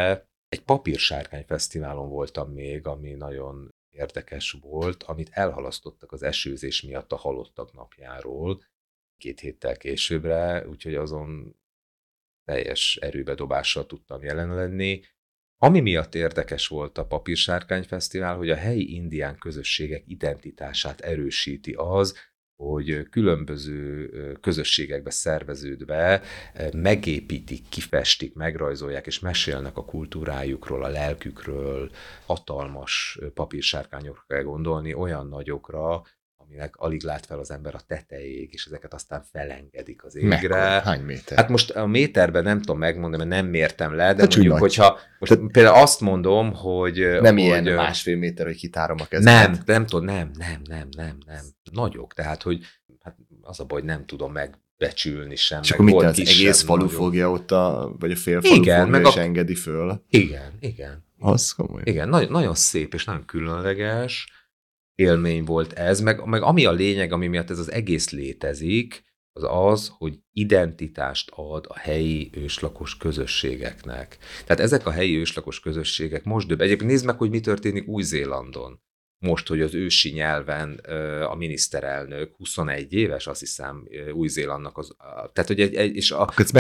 Egy papírsárkány fesztiválon voltam még, ami nagyon érdekes volt, amit elhalasztottak az esőzés miatt a halottak napjáról 2 héttel későbbre, úgyhogy azon teljes erőbedobással tudtam jelen lenni. Ami miatt érdekes volt a Papírsárkány Fesztivál, hogy a helyi indián közösségek identitását erősíti az, hogy különböző közösségekbe szerveződve megépítik, kifestik, megrajzolják és mesélnek a kultúrájukról, a lelkükről. Hatalmas papírsárkányokra kell gondolni, olyan nagyokra, aminek alig lát fel az ember a tetejéig, és ezeket aztán felengedik az égre. Mekkora? Hány méter? Hát most a méterben nem tudom megmondani, mert nem mértem le, de hát mondjuk, hogyha most például azt mondom, hogy... Nem hogy, ilyen 1,5 méter, hogy kitárom a kezemet. Nem tudom, nem. Nagyok, tehát, hogy hát az a baj, hogy nem tudom megbecsülni sem. És akkor mit az egész falu nagyobb. Fogja ott, vagy a fél falu fogja, és engedi föl? Igen. Az komoly. Igen, nagyon szép és nagyon különleges élmény volt ez, meg ami a lényeg, ami miatt ez az egész létezik, az az, hogy identitást ad a helyi őslakos közösségeknek. Tehát ezek a helyi őslakos közösségek most egyébként nézd meg, hogy mi történik Új-Zélandon. Most, hogy az ősi nyelven a miniszterelnök 21 éves, azt hiszem, Új-Zélandnak az... Tehát, hogy és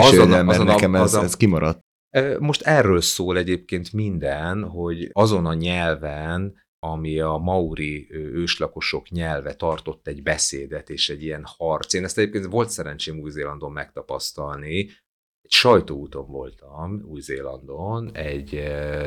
ez kimaradt. Most erről szól egyébként minden, hogy azon a nyelven, ami a maori őslakosok nyelve, tartott egy beszédet és egy ilyen harc. Én ezt egyébként volt szerencsém Új-Zélandon megtapasztalni. Egy sajtóúton voltam Új-Zélandon, egy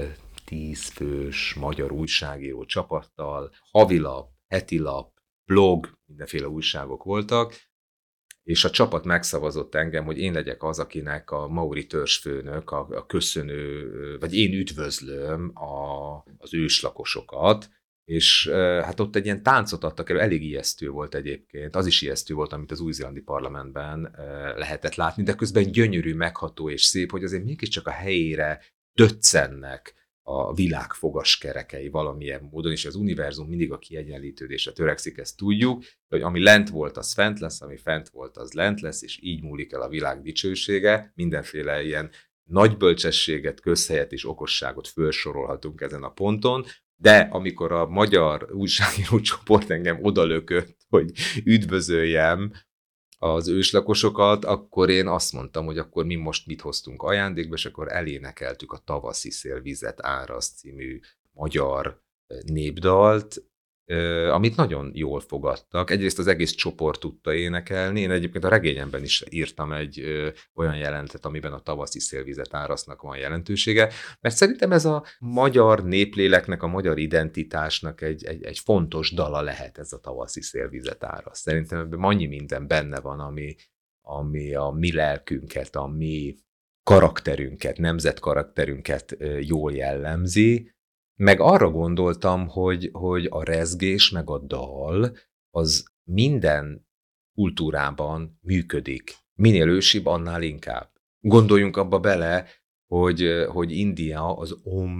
10 fős magyar újságíró csapattal, havilap, hetilap, blog, mindenféle újságok voltak, és a csapat megszavazott engem, hogy én legyek az, akinek a maori törzsfőnök, a köszönő, vagy én üdvözlöm az őslakosokat, és hát ott egy ilyen táncot adtak elő, elég ijesztő volt egyébként, az is ijesztő volt, amit az új-zélandi parlamentben lehetett látni, de közben gyönyörű, megható és szép, hogy azért mégiscsak a helyére döccennek a világ fogaskerekei valamilyen módon, és az univerzum mindig a kiegyenlítődésre törekszik, ezt tudjuk, hogy ami lent volt, az fent lesz, ami fent volt, az lent lesz, és így múlik el a világ dicsősége, mindenféle ilyen nagy bölcsességet, közhelyet és okosságot felsorolhatunk ezen a ponton, de amikor a magyar újságíró csoport engem odalökött, hogy üdvözöljem az őslakosokat, akkor én azt mondtam, hogy akkor mi most mit hoztunk ajándékba, és akkor elénekeltük a Tavaszi szél vizet áraszt című magyar népdalt, amit nagyon jól fogadtak. Egyrészt az egész csoport tudta énekelni, én egyébként a regényemben is írtam egy olyan jelentet, amiben a Tavaszi szélvizet árasznak van jelentősége, mert szerintem ez a magyar népléleknek, a magyar identitásnak egy fontos dala lehet ez a Tavaszi szélvizet áraszt. Szerintem ebben annyi minden benne van, ami a mi lelkünket, a mi karakterünket, nemzetkarakterünket jól jellemzi. Meg arra gondoltam, hogy a rezgés meg a dal az minden kultúrában működik. Minél ősibb, annál inkább. Gondoljunk abba bele, hogy India az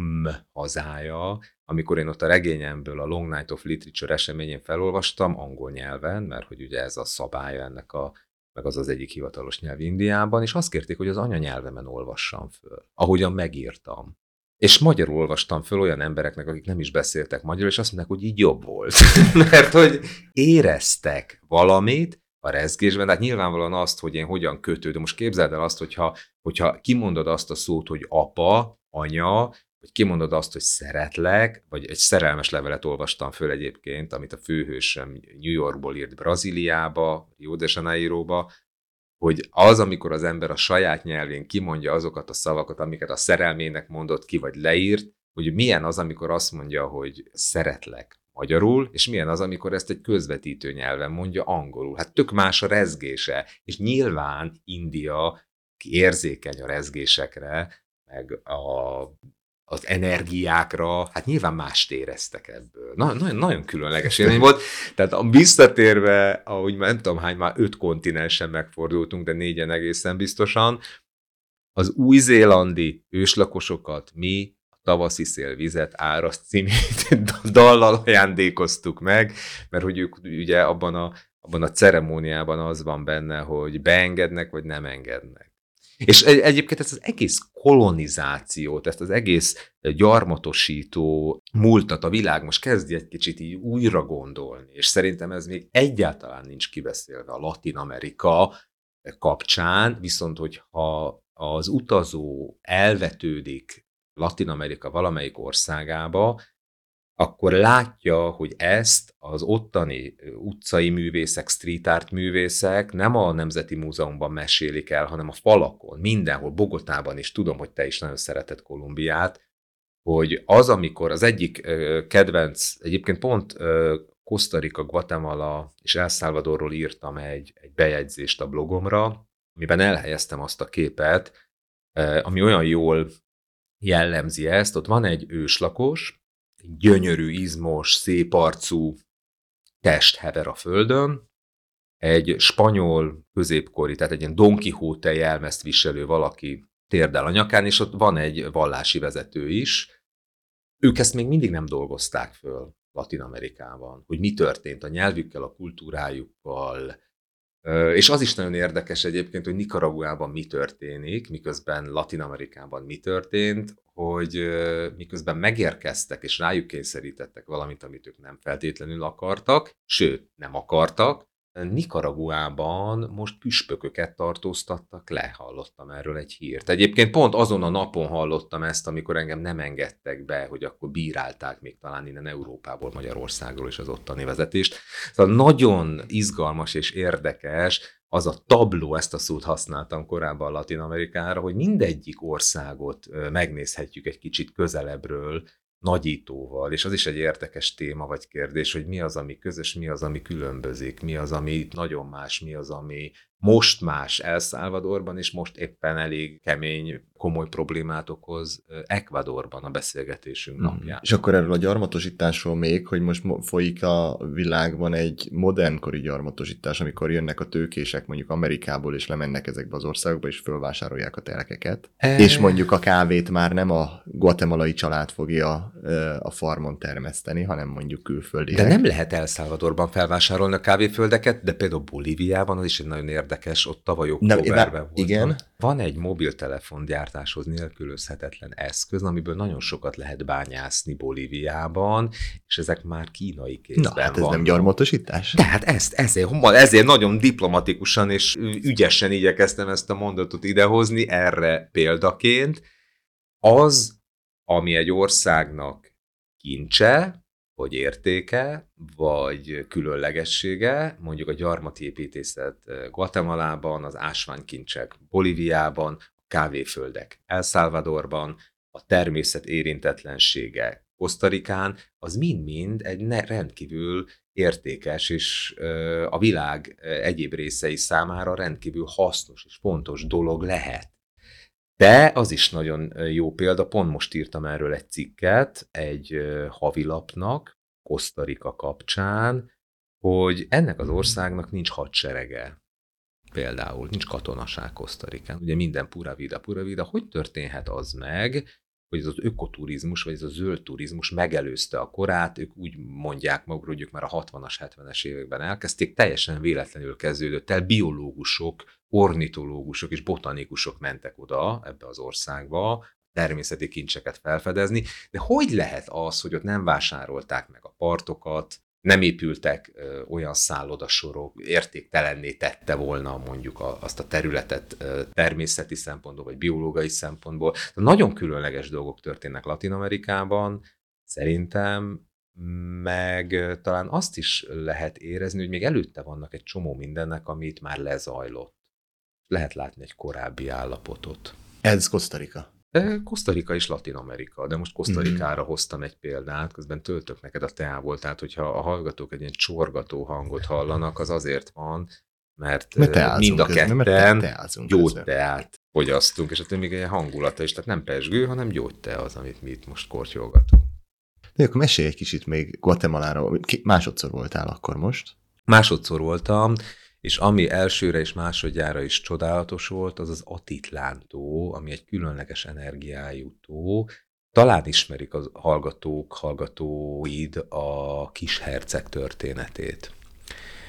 hazája, amikor én ott a regényemből a Long Night of Literature eseményén felolvastam, angol nyelven, mert hogy ugye ez a szabálya ennek meg az egyik hivatalos nyelv Indiában, és azt kérték, hogy az anyanyelvemen olvassam föl, ahogyan megírtam. És magyarul olvastam föl olyan embereknek, akik nem is beszéltek magyarul, és azt mondták, hogy így jobb volt. Mert hogy éreztek valamit a rezgésben, tehát nyilvánvalóan azt, hogy én hogyan kötődöm. Most képzeld el azt, hogyha kimondod azt a szót, hogy apa, anya, vagy kimondod azt, hogy szeretlek, vagy egy szerelmes levelet olvastam föl egyébként, amit a főhősöm New Yorkból írt Brazíliába, Rio de Janeiroba, hogy az, amikor az ember a saját nyelvén kimondja azokat a szavakat, amiket a szerelmének mondott ki, vagy leírt, hogy milyen az, amikor azt mondja, hogy szeretlek magyarul, és milyen az, amikor ezt egy közvetítő nyelven mondja angolul. Hát tök más a rezgése, és nyilván India érzékeny a rezgésekre, meg az energiákra, hát nyilván mást éreztek ebből. Nagyon különleges élmény volt. Tehát visszatérve, ahogy nem tudom hány, már 5 kontinensen megfordultunk, de 4-en egészen biztosan, az új-zélandi őslakosokat mi a Tavaszi szél vizet áraszt című dallal ajándékoztuk meg, mert hogy ők ugye abban a ceremóniában az van benne, hogy beengednek, vagy nem engednek. És egyébként ezt az egész kolonizációt, ezt az egész gyarmatosító múltat a világ most kezdi egy kicsit így újra gondolni, és szerintem ez még egyáltalán nincs kibeszélve a Latin Amerika kapcsán, viszont hogyha az utazó elvetődik Latin Amerika valamelyik országába, akkor látja, hogy ezt az ottani utcai művészek, street art művészek nem a Nemzeti Múzeumban mesélik el, hanem a falakon, mindenhol, Bogotában is, tudom, hogy te is nagyon szereted Kolumbiát, hogy az, amikor az egyik kedvenc, egyébként pont Costa Rica, Guatemala és El Salvadorról írtam egy bejegyzést a blogomra, amiben elhelyeztem azt a képet, ami olyan jól jellemzi ezt, ott van egy őslakos, gyönyörű, izmos, szép arcú test hever a földön, egy spanyol középkori, tehát egy ilyen Don Quixote jelmezt viselő valaki térdel a nyakán, és ott van egy vallási vezető is. Ők ezt még mindig nem dolgozták föl Latin Amerikában, hogy mi történt a nyelvükkel, a kultúrájukkal, és az is nagyon érdekes egyébként, hogy Nicaraguában mi történik, miközben Latin Amerikában mi történt, hogy miközben megérkeztek és rájuk kényszerítettek valamit, amit ők nem feltétlenül akartak, sőt, nem akartak, Nicaraguában most püspököket tartóztattak le, hallottam erről egy hírt. Egyébként pont azon a napon hallottam ezt, amikor engem nem engedtek be, hogy akkor bírálták még talán innen Európából, Magyarországról is az ottani vezetést. Szóval nagyon izgalmas és érdekes az a tabló, ezt a szót használtam korábban Latin Amerikára, hogy mindegyik országot megnézhetjük egy kicsit közelebbről, nagyítóval, és az is egy érdekes téma vagy kérdés, hogy mi az, ami közös, mi az, ami különbözik, mi az, ami nagyon más, mi az, ami most más El Salvadorban, és most éppen elég kemény, komoly problémát okoz Ecuadorban a beszélgetésünk napján. És akkor erről a gyarmatosításról még, hogy most folyik a világban egy modernkori gyarmatosítás, amikor jönnek a tőkések mondjuk Amerikából, és lemennek ezekbe az országokba, és fölvásárolják a telkeket. És mondjuk a kávét már nem a guatemalai család fogja a farmon termeszteni, hanem mondjuk külföldiek. De nem lehet El Salvadorban felvásárolni a kávéföldeket, de például Bolíviában az is egy nagyon érdekes, ott tavaly októberben volt. Igen. Van egy mobiltelefongyártáshoz nélkülözhetetlen eszköz, amiből nagyon sokat lehet bányászni Bolíviában, és ezek már kínai kézben vannak. Hát ez nem gyarmatosítás? Tehát ezért nagyon diplomatikusan és ügyesen igyekeztem ezt a mondatot idehozni erre példaként. Az, ami egy országnak kincse, vagy értéke, vagy különlegessége, mondjuk a gyarmati építészet Guatemalában, az ásványkincsek Bolíviában, a kávéföldek El Salvadorban, a természet érintetlensége Costa Ricán, az mind-mind egy rendkívül értékes, és a világ egyéb részei számára rendkívül hasznos és fontos dolog lehet. De az is nagyon jó példa, pont most írtam erről egy cikket egy havilapnak, Costa Rica kapcsán, hogy ennek az országnak nincs hadserege. Például nincs katonaság Costa Ricán. Ugye minden pura vida. Hogy történhet az meg, hogy ez az ökoturizmus, vagy ez a zöld turizmus megelőzte a korát, ők úgy mondják magukról, hogy ők már a 60-as, 70-es években elkezdték, teljesen véletlenül kezdődött el, biológusok, ornitológusok és botanikusok mentek oda ebbe az országba, természeti kincseket felfedezni, de hogy lehet az, hogy ott nem vásárolták meg a partokat, nem épültek olyan szállodasorok, értéktelenné tette volna mondjuk azt a területet természeti szempontból, vagy biológiai szempontból. Nagyon különleges dolgok történnek Latin Amerikában, szerintem, meg talán azt is lehet érezni, hogy még előtte vannak egy csomó mindennek, amit már lezajlott. Lehet látni egy korábbi állapotot. Ez Costa Rica. Costa Rica és Latin Amerika, de most Costa Ricára hoztam egy példát, közben töltök neked a teából, tehát hogyha a hallgatók egy ilyen csorgató hangot hallanak, az azért van, mert mind a ketten gyógyteát fogyasztunk, és attól még egy hangulata is, tehát nem pezsgő, hanem gyógytea az, amit mi itt most kortyolgatunk. De akkor mesélj egy kicsit még Guatemaláról. Másodszor voltál akkor most? Másodszor voltam, és ami elsőre és másodjára is csodálatos volt, az az Atitlán tó, ami egy különleges energiájú tó. Talán ismerik a hallgatóid a Kisherceg történetét.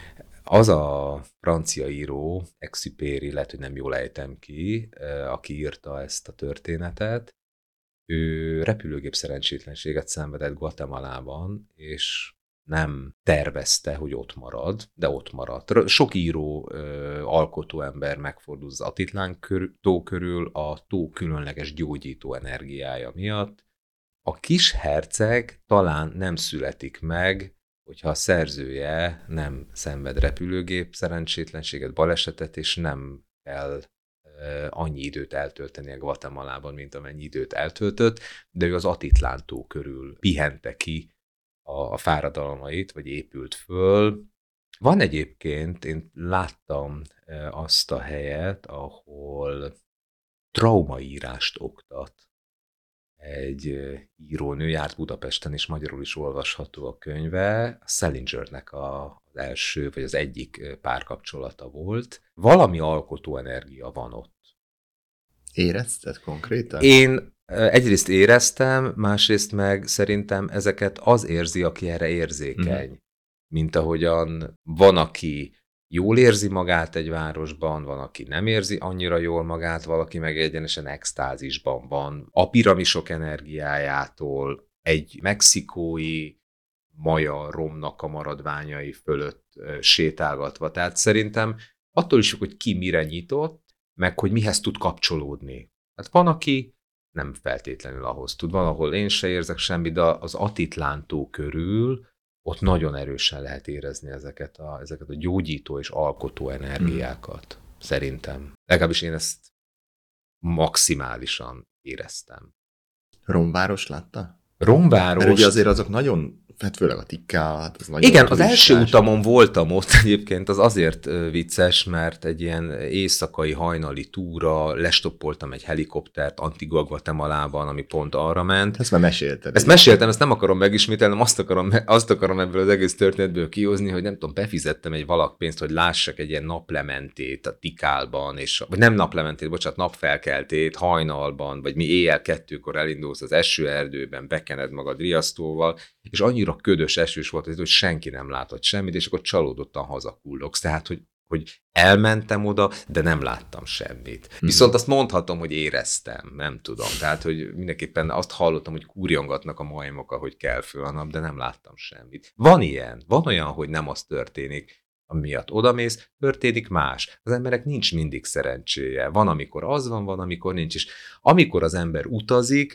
Az a francia író, Exupéry, lehet, hogy nem jól ejtem ki, aki írta ezt a történetet, ő repülőgép szerencsétlenséget szenvedett Guatemalában, és nem tervezte, hogy ott marad, de ott maradt. Sok író, alkotó ember megfordul az Atitlán tó körül a tó különleges gyógyító energiája miatt. A kis herceg talán nem születik meg, hogyha a szerzője nem szenved repülőgép szerencsétlenséget, balesetet, és nem kell annyi időt eltölteni a Guatemalában, mint amennyi időt eltöltött, de ő az Atitlán tó körül pihente ki a fáradalmait, vagy épült föl. Van egyébként, én láttam azt a helyet, ahol traumaírást oktat egy írónő, járt Budapesten, és magyarul is olvasható a könyve. A Salingernek az első, vagy az egyik párkapcsolata volt. Valami alkotó energia van ott. Érezted konkrétan? Én egyrészt éreztem, másrészt meg szerintem ezeket az érzi, aki erre érzékeny. Mint ahogyan van, aki jól érzi magát egy városban, van, aki nem érzi annyira jól magát, valaki meg egyenesen extázisban van. A piramisok energiájától egy mexikói maja romnak a maradványai fölött sétálgatva. Tehát szerintem attól is, hogy ki mire nyitott, meg hogy mihez tud kapcsolódni. Hát van, aki nem feltétlenül ahhoz tud. Van, ahol én se érzek semmit, de az Atitlán tó körül ott nagyon erősen lehet érezni ezeket a gyógyító és alkotó energiákat, szerintem. Legalábbis én ezt maximálisan éreztem. Romváros látta? Romváros... Mert ugye azért azok nagyon, hát főleg a Tikká, hát az nagyon igen, turistás. Az első utamon voltam ott egyébként, az azért vicces, mert egy ilyen éjszakai hajnali túra, lestoppoltam egy helikoptert Antigua Guatemalában, ami pont arra ment. Ezt már mesélted. Ezt meséltem, ezt nem akarom megismételni, azt akarom ebből az egész történetből kihozni, hogy nem tudom, befizettem egy valakpénzt, hogy lássak egy ilyen naplementét a Tikálban, vagy nem naplementét, bocsánat, napfelkeltét hajnalban, vagy mi éjjel 2-kor elindulsz az esőerdőben, bekened magad riasztóval, és annyira ködös esős volt, hogy senki nem látott semmit, és akkor csalódottan hazakullogsz. Tehát, hogy elmentem oda, de nem láttam semmit. Viszont azt mondhatom, hogy éreztem, nem tudom. Tehát, hogy mindenképpen azt hallottam, hogy kúrjongatnak a majmok, ahogy kell föl a nap, de nem láttam semmit. Van olyan, hogy nem az történik, ami miatt odamész, történik más. Az emberek nincs mindig szerencséje. Van, amikor az van, amikor nincs. És amikor az ember utazik,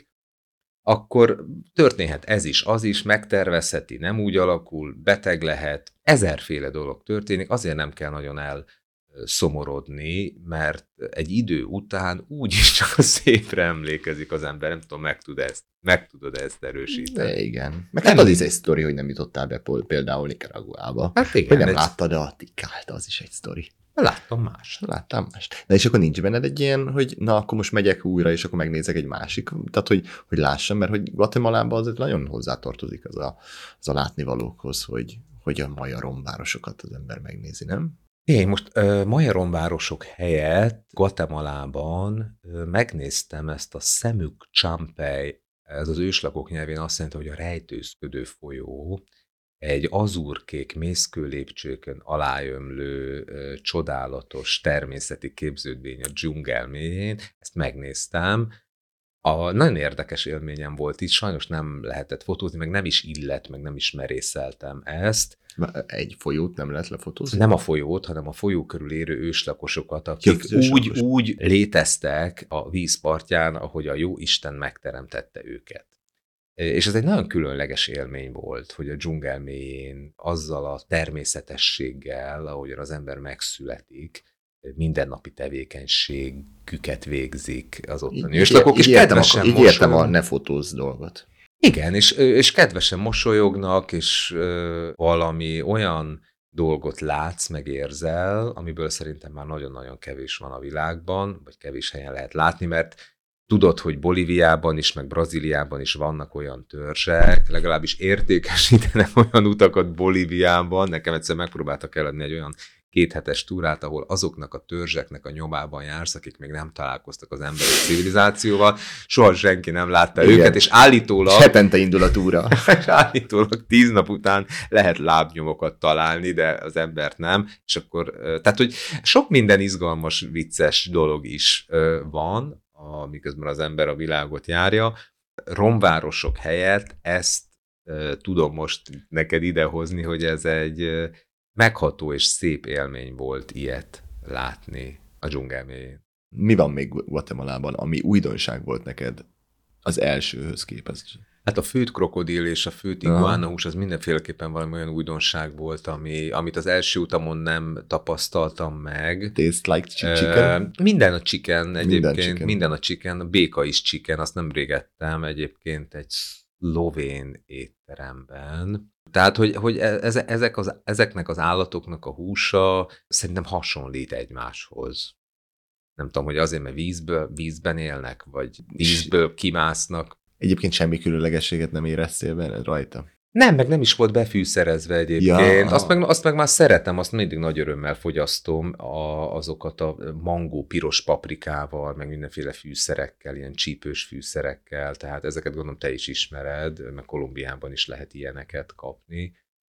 akkor történhet ez is, az is, megtervezheti, nem úgy alakul, beteg lehet, ezerféle dolog történik, azért nem kell nagyon elszomorodni, mert egy idő után úgyis csak a szépre emlékezik az ember, nem tudom, meg tudod ezt erősíteni. De igen. Meg hát az is egy sztori, hogy nem jutottál be például Nicaraguába. Hát igen. Hogy nem láttad a Tikát, az is egy sztori. Láttam más. Láttam más. De és akkor nincs benned egy ilyen, hogy na, akkor most megyek újra, és akkor megnézek egy másik, tehát hogy lássam, mert hogy Guatemalában azért nagyon hozzátartozik az a látnivalókhoz, hogy a maja romvárosokat az ember megnézi, nem? Én most maja romvárosok helyett Guatemalában megnéztem ezt a Szemük Champey, ez az őslakók nyelvén azt jelenti, hogy a rejtőzködő folyó, egy azurkék mészkőlépcsőkön aláömlő csodálatos természeti képződmény a dzsungel mélyén. Ezt megnéztem. Nagyon érdekes élményem volt itt, sajnos nem lehetett fotózni, meg nem is illet, meg nem is merészeltem ezt. Egy folyót nem lehet lefotózni? Nem a folyót, hanem a folyó körül érő őslakosokat, akik úgy léteztek a vízpartján, ahogy a jó Isten megteremtette őket. És ez egy nagyon különleges élmény volt, hogy a dzsungel mélyén azzal a természetességgel, ahogyan az ember megszületik, mindennapi tevékenységüket végzik az ottani őslakók, és kedvesen mosolyognak. Így értem a ne fotózz dolgot. Igen, és kedvesen mosolyognak, és valami olyan dolgot látsz, meg érzel, amiből szerintem már nagyon-nagyon kevés van a világban, vagy kevés helyen lehet látni, mert tudod, hogy Bolíviában is, meg Brazíliában is vannak olyan törzsek, legalábbis értékesítenek olyan utakat Bolíviában. Nekem egyszer megpróbáltak eladni egy olyan 2 hetes túrát, ahol azoknak a törzseknek a nyomában jársz, akik még nem találkoztak az emberi civilizációval, soha senki nem látta őket, és állítólag... Hetente indul a túra. Állítólag 10 nap után lehet lábnyomokat találni, de az embert nem, és akkor, tehát, hogy sok minden izgalmas, vicces dolog is van, miközben az ember a világot járja. Romvárosok helyett ezt tudom most neked idehozni, hogy ez egy megható és szép élmény volt ilyet látni a dzsungel mélyén. Mi van még Guatemalában, ami újdonság volt neked az elsőhöz képest? Hát a főtt krokodil és a főtt iguánahús az mindenféleképpen valami olyan újdonság volt, amit az első utamon nem tapasztaltam meg. Taste like chicken? Minden a chicken egyébként, minden a chicken, a béka is chicken, azt nem régettem egyébként egy szlovén étteremben. Tehát, hogy ezeknek az állatoknak a húsa szerintem hasonlít egymáshoz. Nem tudom, hogy azért, mert vízben élnek, vagy vízből kimásznak. Egyébként semmi különlegességet nem éreztél benne rajta? Nem, meg nem is volt befűszerezve egyébként. Ja. Azt meg már szeretem, azt mindig nagy örömmel fogyasztom, azokat a mangó piros paprikával, meg mindenféle fűszerekkel, ilyen csípős fűszerekkel, tehát ezeket gondolom te is ismered, meg Kolumbiában is lehet ilyeneket kapni,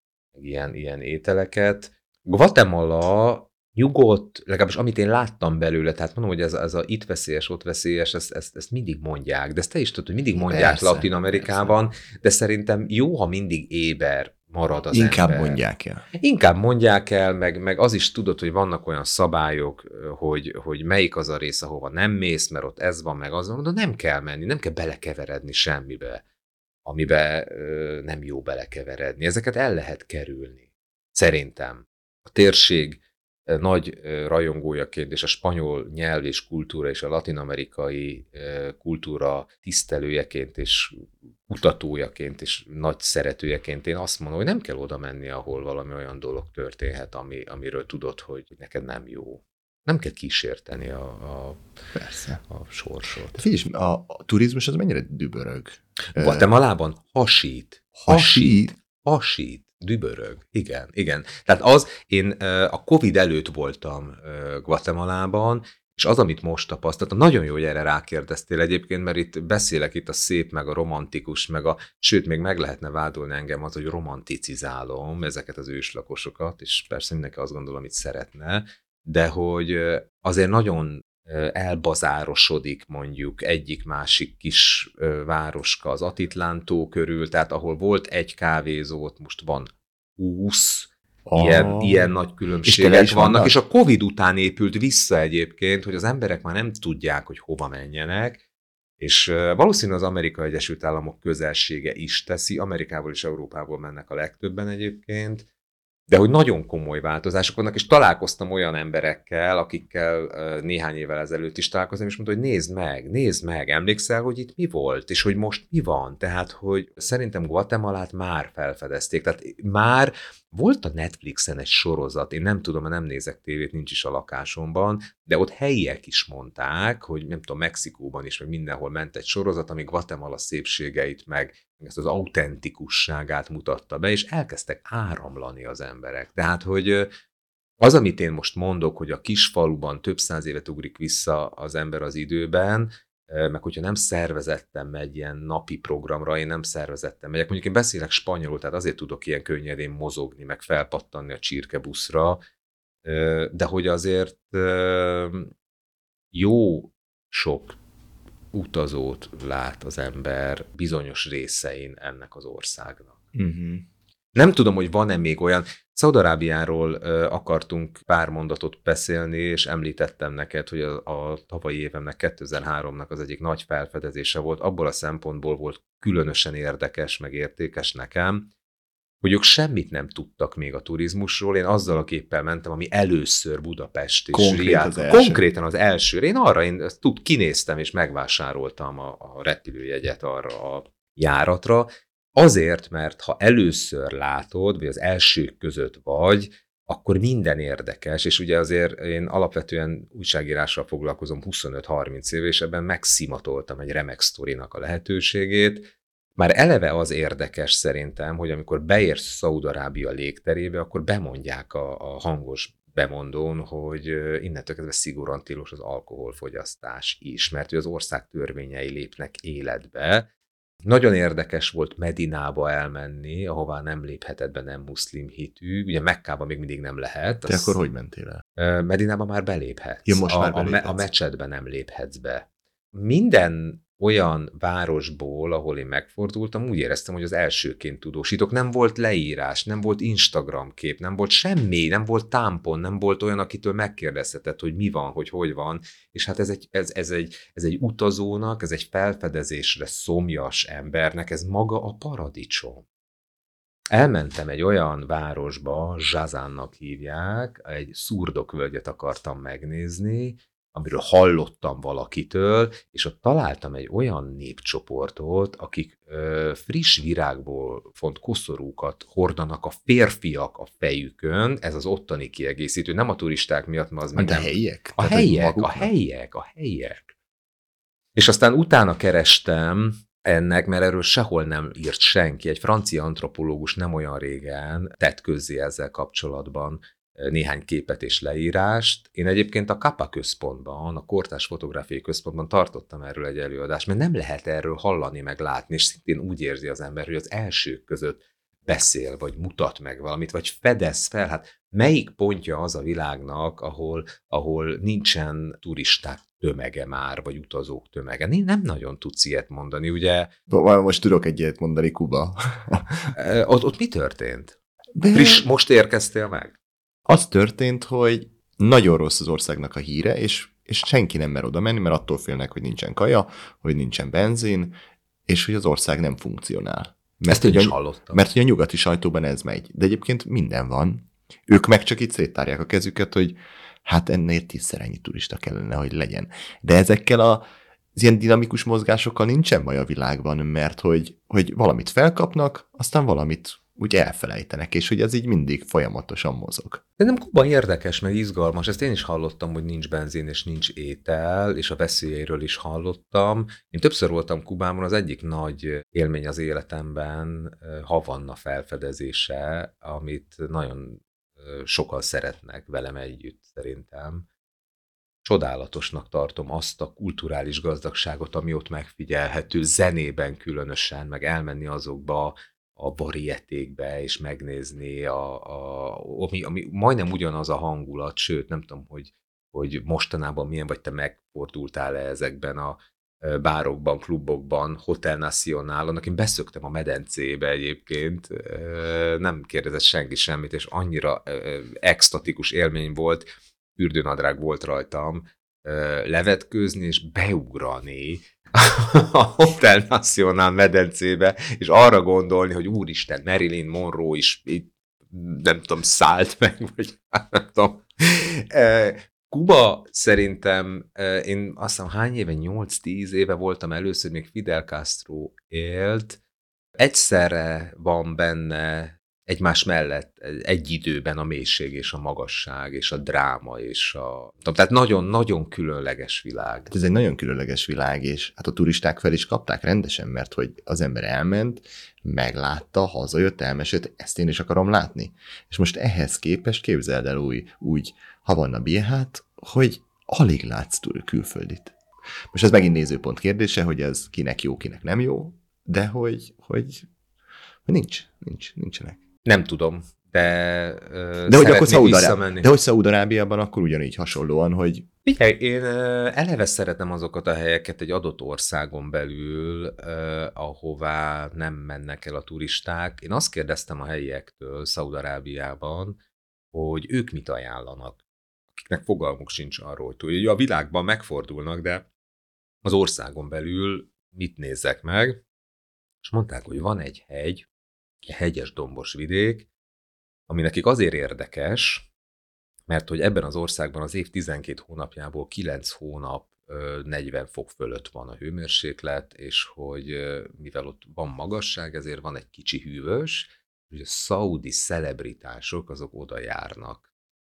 ilyen ételeket. Guatemala nyugodt, legalábbis amit én láttam belőle, tehát mondom, hogy ez a itt veszélyes, ott veszélyes, ezt mindig mondják, de ezt te is tudod, hogy mindig mondják Latin-Amerikában, de szerintem jó, ha mindig éber marad az Inkább ember. mondják el. Inkább mondják el, meg az is tudod, hogy vannak olyan szabályok, hogy melyik az a rész, ahova nem mész, mert ott ez van, meg az van, de nem kell menni, nem kell belekeveredni semmibe, amiben nem jó belekeveredni. Ezeket el lehet kerülni. Szerintem. A térség nagy rajongójaként, és a spanyol nyelv és kultúra, és a latin-amerikai kultúra tisztelőjeként, és kutatójaként, és nagy szeretőjeként én azt mondom, hogy nem kell oda menni, ahol valami olyan dolog történhet, amiről tudod, hogy neked nem jó. Nem kell kísérteni a sorsot. De figyelj, a turizmus az mennyire dübörög? Guatemalában hasít. Dübörög. Igen. Tehát én a Covid előtt voltam Guatemalában, és az, amit most tapasztaltam, nagyon jó, hogy erre rákérdeztél egyébként, mert itt beszélek itt a szép, meg a romantikus, sőt, még meg lehetne vádolni engem az, hogy romanticizálom ezeket az őslakosokat, és persze mindenki azt gondol, amit szeretne, de hogy azért nagyon elbazárosodik mondjuk egyik-másik kis városka az Atitlán-tó körül, tehát ahol volt egy kávézó, ott most van 20, ilyen nagy különbségek vannak, és a Covid után épült vissza egyébként, hogy az emberek már nem tudják, hogy hova menjenek, és valószínűleg az Amerikai Egyesült Államok közelsége is teszi, Amerikából és Európából mennek a legtöbben egyébként, de hogy nagyon komoly változások vannak, és találkoztam olyan emberekkel, akikkel néhány évvel ezelőtt is találkoztam, és mondta, hogy nézd meg, emlékszel, hogy itt mi volt, és hogy most mi van? Tehát, hogy szerintem Guatemalát már felfedezték, tehát már volt a Netflixen egy sorozat, én nem tudom, mert nem nézek tévét, nincs is a lakásomban, de ott helyiek is mondták, hogy nem tudom, Mexikóban is, meg mindenhol ment egy sorozat, ami Guatemala szépségeit, meg ezt az autentikusságát mutatta be, és elkezdtek áramlani az emberek. Tehát, hogy az, amit én most mondok, hogy a kis faluban több száz évet ugrik vissza az ember az időben, meg hogyha nem szervezetten megy ilyen napi programra, én nem szervezetten megyek. Mondjuk én beszélek spanyolul, tehát azért tudok ilyen könnyedén mozogni, meg felpattanni a csirkebuszra, de hogy azért jó sok utazót lát az ember bizonyos részein ennek az országnak. Uh-huh. Nem tudom, hogy van-e még olyan. Szaúd-Arábiáról akartunk pár mondatot beszélni, és említettem neked, hogy a tavalyi évemnek, 2003-nak az egyik nagy felfedezése volt, abból a szempontból volt különösen érdekes, meg értékes nekem, hogy ők semmit nem tudtak még a turizmusról. Én azzal a képpel mentem, ami először Budapest és Riad. Konkrétan az első. Én ezt kinéztem és megvásároltam a repülőjegyet arra a járatra. Azért, mert ha először látod, vagy az elsők között vagy, akkor minden érdekes, és ugye azért én alapvetően újságírással foglalkozom 25-30 év, és ebben megszimatoltam egy remek sztorinak a lehetőségét. Már eleve az érdekes szerintem, hogy amikor beérsz Szaúd-Arábia légterébe, akkor bemondják a hangos bemondón, hogy innentől kezdve szigorúan tilos az alkoholfogyasztás is, mert hogy az ország törvényei lépnek életbe. Nagyon érdekes volt Medinába elmenni, ahová nem léphetett be nem muszlim hitű. Ugye Mekkába még mindig nem lehet. Te akkor hogy mentél el? Medinába már beléphetsz. Ja, most már beléphetsz. A mecsetbe nem léphetsz be. Minden olyan városból, ahol én megfordultam, úgy éreztem, hogy az elsőként tudósítok. Nem volt leírás, nem volt Instagram kép, nem volt semmi, nem volt támpon, nem volt olyan, akitől megkérdezheted, hogy mi van, hogy van. És hát ez egy utazónak, ez egy felfedezésre szomjas embernek, ez maga a paradicsom. Elmentem egy olyan városba, Zsazánnak hívják, egy szurdokvölgyet akartam megnézni, amiről hallottam valakitől, és ott találtam egy olyan népcsoportot, akik friss virágból font koszorúkat hordanak a férfiak a fejükön, ez az ottani kiegészítő, nem a turisták miatt, mert az még nem... helyiek? A helyiek. És aztán utána kerestem ennek, mert erről sehol nem írt senki. Egy francia antropológus nem olyan régen tett közzé ezzel kapcsolatban néhány képet és leírást. Én egyébként a Kappa központban, a Kortárs Fotográfiai Központban tartottam erről egy előadást, mert nem lehet erről hallani meg látni, és szintén úgy érzi az ember, hogy az elsők között beszél, vagy mutat meg valamit, vagy fedez fel. Hát melyik pontja az a világnak, ahol nincsen turisták tömege már, vagy utazók tömege? Nem nagyon tudsz ilyet mondani, ugye? Most tudok egy ilyet mondani, Kuba. Ott mi történt? Most érkeztél meg? Az történt, hogy nagyon rossz az országnak a híre, és senki nem mer oda menni, mert attól félnek, hogy nincsen kaja, hogy nincsen benzin, és hogy az ország nem funkcionál. Ezt én is hallottam. Mert hogy a nyugati sajtóban ez megy. De egyébként minden van. Ők meg csak itt széttárják a kezüket, hogy hát ennél 10-szer ennyi turista kellene, hogy legyen. De ezekkel az ilyen dinamikus mozgásokkal nincsen baj a világban, mert hogy valamit felkapnak, aztán valamit úgy elfelejtenek, és hogy ez így mindig folyamatosan mozog. De nem Kuba érdekes, meg izgalmas. Ezt én is hallottam, hogy nincs benzin és nincs étel, és a veszélyeiről is hallottam. Én többször voltam Kubában, az egyik nagy élmény az életemben Havanna felfedezése, amit nagyon sokan szeretnek velem együtt szerintem. Csodálatosnak tartom azt a kulturális gazdagságot, ami ott megfigyelhető, zenében különösen, meg elmenni azokba a varietékbe, és megnézni, ami majdnem ugyanaz a hangulat, sőt, nem tudom, hogy mostanában milyen, vagy te megfordultál-e ezekben a bárokban, klubokban, Hotel Nacional, annak én beszöktem a medencébe egyébként, nem kérdezett senki semmit, és annyira extatikus élmény volt, fürdőnadrág volt rajtam, levetkőzni és beugrani a Hotel Nacional medencébe, és arra gondolni, hogy úristen, Marilyn Monroe is itt, nem tudom, szállt meg, vagy nem tudom. Kuba szerintem, én azt hiszem hány éve, 8-10 éve voltam először, még Fidel Castro élt, egyszerre van benne egymás mellett egy időben a mélység és a magasság és a dráma és tehát nagyon-nagyon különleges világ. Hát ez egy nagyon különleges világ, és hát a turisták fel is kapták rendesen, mert hogy az ember elment, meglátta, hazajött, elmesélt, ezt én is akarom látni. És most ehhez képest képzeld el úgy Havanna Biehát, hogy alig látsz túl külföldit. Most ez megint nézőpont kérdése, hogy ez kinek jó, kinek nem jó, de hogy nincsenek. Nem tudom, de hogy akkor Szaúd-Arábiában akkor ugyanígy hasonlóan, hogy... Figyelj, én eleve szeretem azokat a helyeket egy adott országon belül, ahová nem mennek el a turisták. Én azt kérdeztem a helyiektől Szaúd-Arábiában, hogy ők mit ajánlanak, akiknek fogalmuk sincs arról, hogy a világban megfordulnak, de az országon belül mit nézzek meg, és mondták, hogy van egy hegy, hegyes dombos vidék, ami nekik azért érdekes, mert hogy ebben az országban az év 12 hónapjából 9 hónap 40 fok fölött van a hőmérséklet, és hogy mivel ott van magasság, ezért van egy kicsi hűvös, és a szaudi celebritások azok oda járnak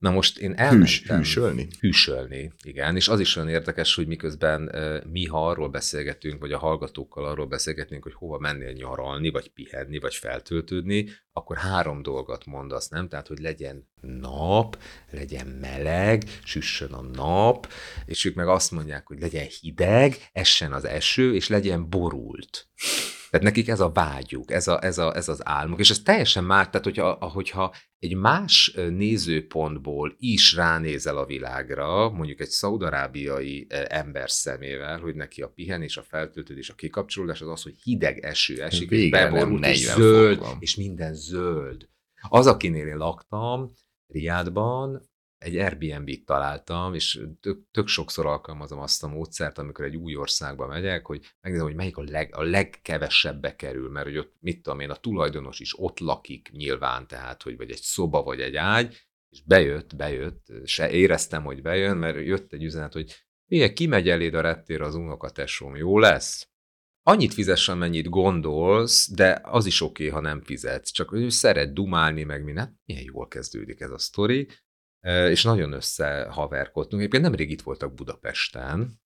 Na most én elmentem... Hűsölni? Hűsölni, igen. És az is olyan érdekes, hogy miközben mi, ha arról beszélgetünk, vagy a hallgatókkal arról beszélgetünk, hogy hova mennél nyaralni, vagy pihenni, vagy feltöltődni, akkor 3 dolgot mondasz, nem? Tehát, hogy legyen nap, legyen meleg, süssön a nap, és ők meg azt mondják, hogy legyen hideg, essen az eső, és legyen borult. Tehát nekik ez a vágyuk, ez az álmuk, és ez teljesen más, tehát hogyha egy más nézőpontból is ránézel a világra, mondjuk egy szaudarábiai ember szemével, hogy neki a pihenés, a feltöltődés, a kikapcsolódás az, hogy hideg eső esik, és beborult, és zöld, és minden zöld. Az, akinél én laktam, Riádban, egy Airbnb-t találtam, és tök sokszor alkalmazom azt a módszert, amikor egy új országba megyek, hogy megnézem, hogy melyik a legkevesebbe kerül, mert hogy ott, mit tudom én, a tulajdonos is ott lakik nyilván, tehát, hogy vagy egy szoba, vagy egy ágy, és bejött, se éreztem, hogy bejön, mert jött egy üzenet, hogy milyen kimegy eléd a reptére az unokatesóm, jó lesz? Annyit fizess, amennyit gondolsz, de az is oké, ha nem fizetsz, csak ő szeret dumálni, meg minden. Milyen jól kezdődik ez a sztori. És nagyon összehaverkodtunk. Egyébként nemrég itt voltak Budapesten,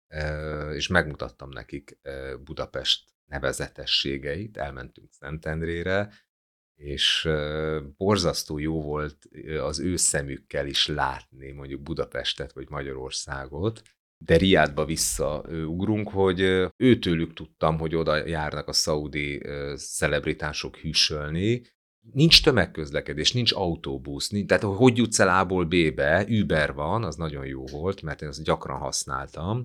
és megmutattam nekik Budapest nevezetességeit, elmentünk Szentendrére, és borzasztó jó volt az ő szemükkel is látni mondjuk Budapestet vagy Magyarországot, de Riádba visszaugrunk, hogy őtőlük tudtam, hogy oda járnak a szaudi celebritások hűsölni. Nincs tömegközlekedés, nincs autóbusz, tehát hogy jutsz el A-ból B-be, Uber van, az nagyon jó volt, mert én azt gyakran használtam,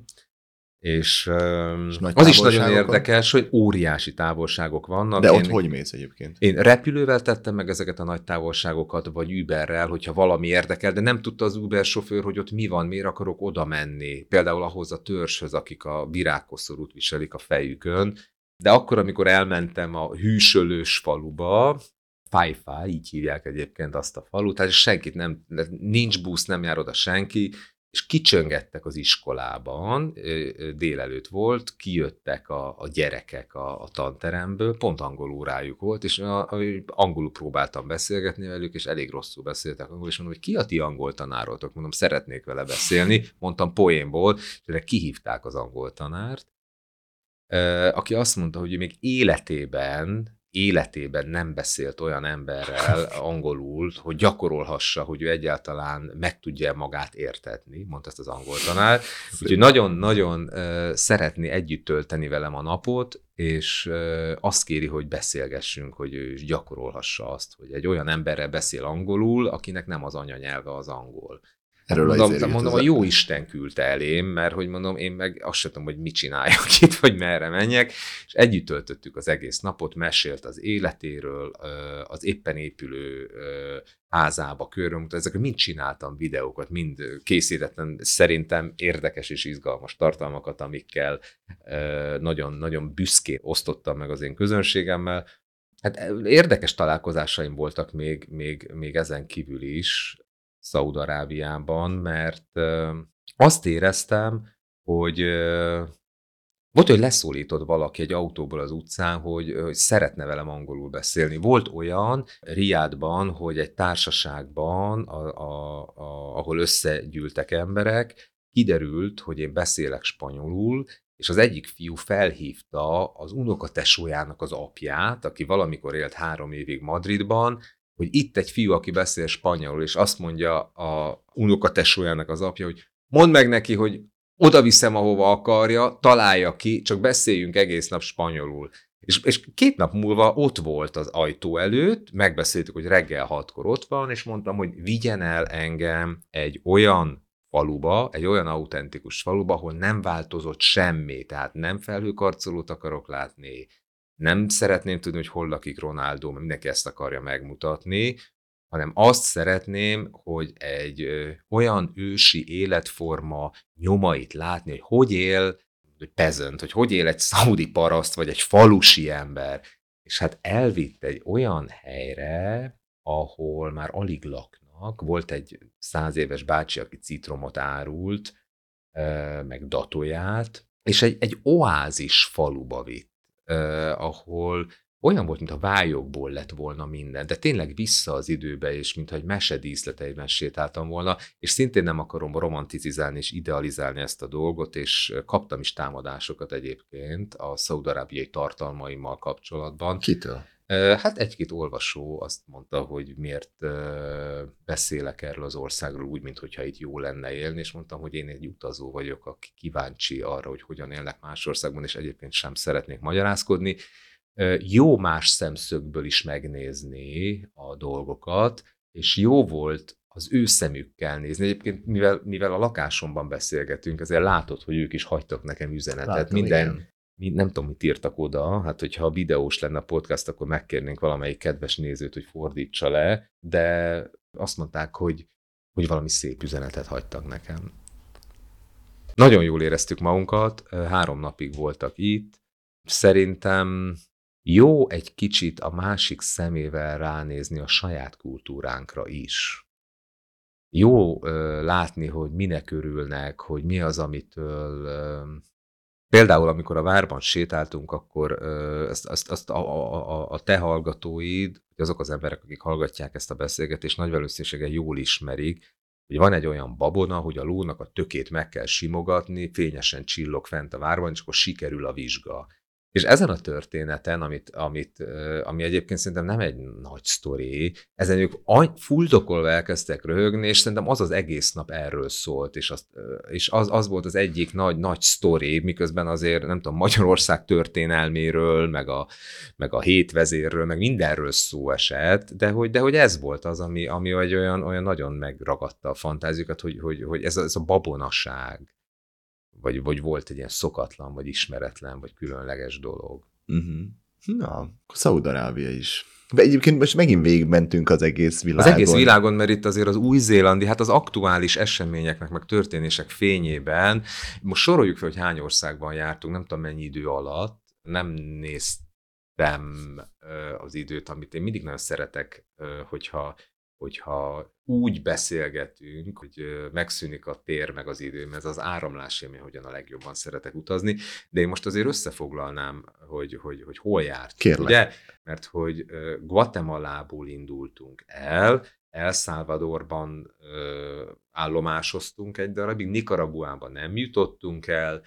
és az is nagyon érdekes, hogy óriási távolságok vannak. De ott hogy mész egyébként? Én repülővel tettem meg ezeket a nagy távolságokat, vagy Uberrel, hogyha valami érdekel, de nem tudta az Uber sofőr, hogy ott mi van, miért akarok oda menni. Például ahhoz a törzshöz, akik a virágkoszorút viselik a fejükön. De akkor, amikor elmentem a hűsölős faluba, Fájfá, így hívják egyébként azt a falut, tehát senkit nem, nincs busz, nem jár oda senki, és kicsöngettek az iskolában, délelőtt volt, kijöttek a gyerekek a tanteremből, pont angol órájuk volt, és angolul próbáltam beszélgetni velük, és elég rosszul beszéltek angolul, és mondom, hogy ki a ti angol tanárotok? Mondom, szeretnék vele beszélni, mondtam poénból, és erre kihívták az angol tanárt, aki azt mondta, hogy ő még életében nem beszélt olyan emberrel angolul, hogy gyakorolhassa, hogy ő egyáltalán meg tudja magát értetni, mondta ezt az angol tanár. Úgyhogy nagyon-nagyon szeretné együtt tölteni velem a napot, és azt kéri, hogy beszélgessünk, hogy ő is gyakorolhassa azt, hogy egy olyan emberrel beszél angolul, akinek nem az anyanyelve az angol. Mondom, a jó Isten küldte elém, mert hogy mondom, én meg azt sem tudom, hogy mit csináljak itt, vagy merre menjek, és együtt töltöttük az egész napot, mesélt az életéről, az éppen épülő házába körülmutat, ezekről mind csináltam videókat, mind készítettem szerintem érdekes és izgalmas tartalmakat, amikkel nagyon büszkén osztottam meg az én közönségemmel. Hát érdekes találkozásaim voltak még ezen kívül is, Szaúd-Arábiában, mert azt éreztem, hogy volt, hogy leszólított valaki egy autóból az utcán, hogy szeretne velem angolul beszélni. Volt olyan Riádban, hogy egy társaságban, ahol összegyűltek emberek, kiderült, hogy én beszélek spanyolul, és az egyik fiú felhívta az unokatesójának az apját, aki valamikor élt 3 évig Madridban, hogy itt egy fiú, aki beszél spanyolul, és azt mondja a unokatesójának az apja, hogy mondd meg neki, hogy oda viszem, ahova akarja, találja ki, csak beszéljünk egész nap spanyolul. És 2 nap múlva ott volt az ajtó előtt, megbeszéltük, hogy reggel 6-kor ott van, és mondtam, hogy vigyen el engem egy olyan faluba, egy olyan autentikus faluba, ahol nem változott semmi, tehát nem felhőkarcolót akarok látni, nem szeretném tudni, hogy hol lakik Ronaldo, mert mindenki ezt akarja megmutatni, hanem azt szeretném, hogy egy olyan ősi életforma nyomait látni, hogy él egy peasant, hogy él egy szaudi paraszt, vagy egy falusi ember. És hát elvitt egy olyan helyre, ahol már alig laknak. Volt egy 100 éves bácsi, aki citromot árult, meg datóját, és egy oázis faluba vitt, ahol olyan volt, mintha vályokból lett volna minden, de tényleg vissza az időbe, és mintha egy mesedíszleteiben sétáltam volna, és szintén nem akarom romanticizálni és idealizálni ezt a dolgot, és kaptam is támadásokat egyébként a szaúd-arábiai tartalmaimmal kapcsolatban. Kitől? Hát egy-két olvasó azt mondta, hogy miért beszélek erről az országról úgy, mintha itt jó lenne élni, és mondtam, hogy én egy utazó vagyok, aki kíváncsi arra, hogy hogyan élnek más országban, és egyébként sem szeretnék magyarázkodni. Jó más szemszögből is megnézni a dolgokat, és jó volt az ő szemükkel nézni. Egyébként, mivel a lakásomban beszélgetünk, ezért látod, hogy ők is hagytak nekem üzenetet. Látom, Nem tudom, mit írtak oda, hát hogyha videós lenne a podcast, akkor megkérnénk valamelyik kedves nézőt, hogy fordítsa le, de azt mondták, hogy valami szép üzenetet hagytak nekem. Nagyon jól éreztük magunkat, 3 napig voltak itt. Szerintem jó egy kicsit a másik szemével ránézni a saját kultúránkra is. Jó látni, hogy minek örülnek, hogy mi az, amitől... Például, amikor a várban sétáltunk, akkor azt a te hallgatóid, azok az emberek, akik hallgatják ezt a beszélgetést, nagy valószínűséggel jól ismerik, hogy van egy olyan babona, hogy a lónak a tökét meg kell simogatni, fényesen csillog fent a várban, és akkor sikerül a vizsga. És ezen a történeten, ami egyébként szerintem nem egy nagy sztori, ezen ők fuldokolva elkezdtek röhögni, és szerintem az egész nap erről szólt, és az volt az egyik nagy sztori, miközben azért, nem tudom, Magyarország történelméről, meg a hétvezérről, meg mindenről szó esett, de hogy ez volt az, ami olyan nagyon megragadta a fantáziukat, hogy ez a babonaság, vagy volt egy ilyen szokatlan, vagy ismeretlen, vagy különleges dolog. Na, Szaúd-Arábia is. De egyébként most megint végigmentünk az egész világon. Az egész világon, mert itt azért az új-zélandi, hát az aktuális eseményeknek, meg történések fényében, most soroljuk fel, hogy hány országban jártunk, nem tudom mennyi idő alatt, nem néztem az időt, amit én mindig nagyon szeretek, hogyha úgy beszélgetünk, hogy megszűnik a tér meg az idő, mert ez az áramlás élmény, hogyan a legjobban szeretek utazni, de én most azért összefoglalnám, hogy hol járt. Kérlek. Ugye? Mert hogy Guatemalából indultunk el Salvadorban állomásoztunk egy darabig, Nicaraguában nem jutottunk el,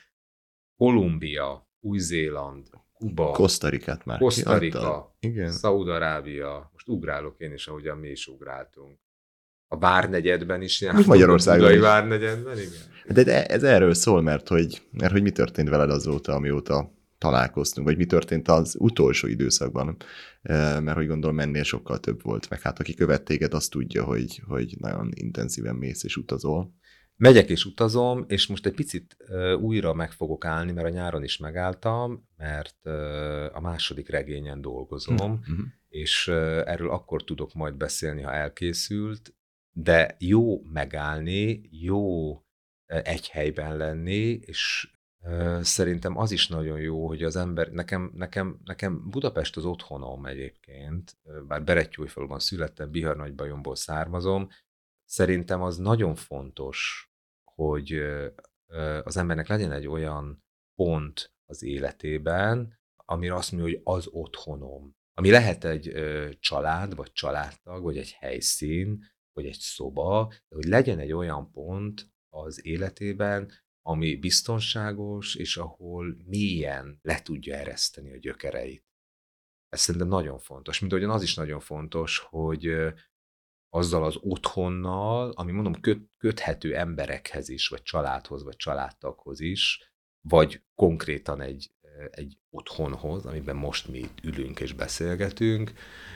Kolumbia, Új-Zéland, Kuba, Costa Ricát már Koszta-Rika, Szaúd-Arábia, most ugrálok én is, ahogyan mi is ugráltunk. A Várnegyedben is jártunk. Magyarországon. A Várnegyedben, igen. De ez erről szól, mert hogy mi történt veled azóta, amióta találkoztunk, vagy mi történt az utolsó időszakban, mert hogy gondolom ennél sokkal több volt, meg hát aki követ téged, azt tudja, hogy nagyon intenzíven mész és utazol. Megyek és utazom, és most egy picit újra meg fogok állni, mert a nyáron is megálltam, mert a második regényen dolgozom, és erről akkor tudok majd beszélni, ha elkészült, de jó megállni, jó egy helyben lenni, és szerintem az is nagyon jó, hogy az ember, nekem Budapest az otthonom egyébként, bár Berettyóújfaluban születtem, Bihar-Nagybajomból származom, szerintem az nagyon fontos, hogy az embernek legyen egy olyan pont az életében, amire azt mondja, hogy az otthonom. Ami lehet egy család, vagy családtag, vagy egy helyszín, vagy egy szoba, de hogy legyen egy olyan pont az életében, ami biztonságos, és ahol mélyen le tudja ereszteni a gyökereit. Ez szerintem nagyon fontos. Mint ahogyan az is nagyon fontos, hogy azzal az otthonnal, ami mondom köthető emberekhez is, vagy családhoz, vagy családtaghoz is, vagy konkrétan egy otthonhoz, amiben most mi itt ülünk és beszélgetünk,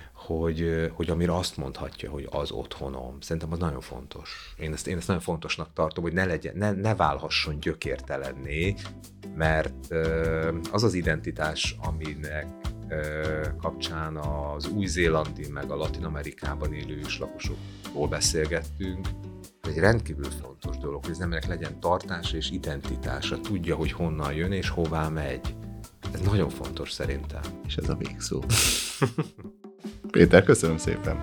hogy amire azt mondhatja, hogy az otthonom. Szerintem az nagyon fontos. Én ezt nagyon fontosnak tartom, hogy ne válhasson gyökértelenné, mert az az identitás, aminek kapcsán az új-zélandi meg a Latin-Amerikában élő őslakosokról beszélgettünk, egy rendkívül fontos dolog, hogy az embernek legyen tartása és identitása, tudja, hogy honnan jön és hová megy. Ez nagyon fontos szerintem. És ez a végszó. Péter, köszönöm szépen!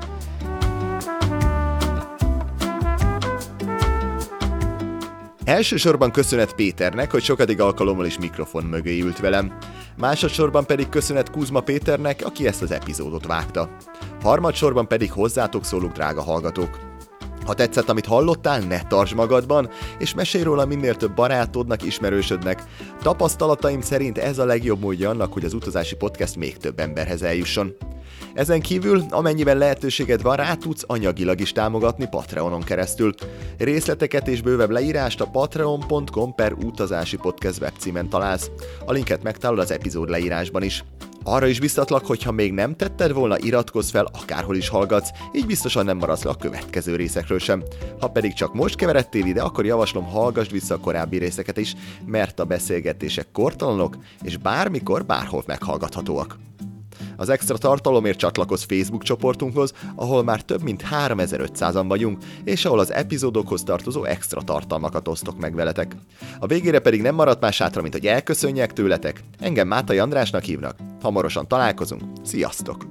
Elsősorban köszönet Péternek, hogy sokadik alkalommal is mikrofon mögé ült velem. Másodszorban pedig köszönet Kuzma Péternek, aki ezt az epizódot vágta. Harmadsorban pedig hozzátok szólunk, drága hallgatók. Ha tetszett, amit hallottál, ne tartsd magadban, és mesélj róla minél több barátodnak, ismerősödnek. Tapasztalataim szerint ez a legjobb módja annak, hogy az utazási podcast még több emberhez eljusson. Ezen kívül, amennyiben lehetőséged van, rá tudsz anyagilag is támogatni Patreonon keresztül. Részleteket és bővebb leírást a patreon.com/utazási podcast webcímen találsz. A linket megtalálod az epizód leírásban is. Arra is biztatlak, hogy ha még nem tetted volna, iratkozz fel, akárhol is hallgatsz, így biztosan nem maradsz le a következő részekről sem. Ha pedig csak most keveredtél ide, akkor javaslom, hallgassd vissza a korábbi részeket is, mert a beszélgetések kortalanok, és bármikor, bárhol meghallgathatóak. Az extra tartalomért csatlakozz Facebook csoportunkhoz, ahol már több mint 3500-an vagyunk, és ahol az epizódokhoz tartozó extra tartalmakat osztok meg veletek. A végére pedig nem maradt más hátra, mint hogy elköszönjek tőletek. Engem Mátai Andrásnak hívnak. Hamarosan találkozunk. Sziasztok!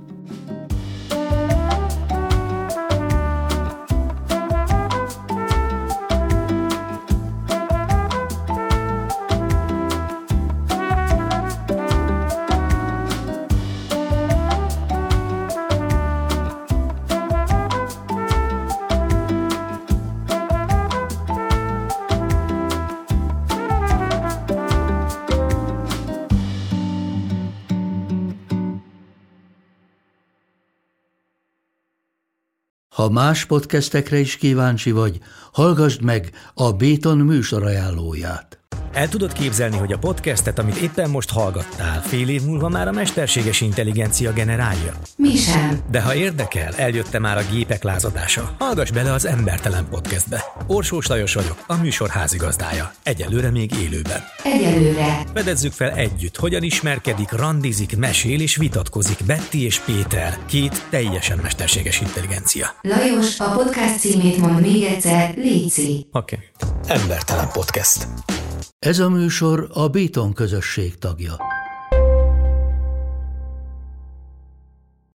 Ha más podcastekre is kíváncsi vagy, hallgassd meg a Béton műsor ajánlóját. El tudod képzelni, hogy a podcastet, amit éppen most hallgattál, fél év múlva már a mesterséges intelligencia generálja? Mi sem. De ha érdekel, eljött már a gépek lázadása. Hallgass bele az Embertelen Podcastbe. Orsós Lajos vagyok, a műsor házigazdája. Egyelőre még élőben. Egyelőre. Fedezzük fel együtt, hogyan ismerkedik, randizik, mesél és vitatkozik Betty és Péter, két teljesen mesterséges intelligencia. Lajos, a podcast címét mondd még egyszer, léci. Oké. Embertelen Podcast. Ez a műsor a Béton közösség tagja.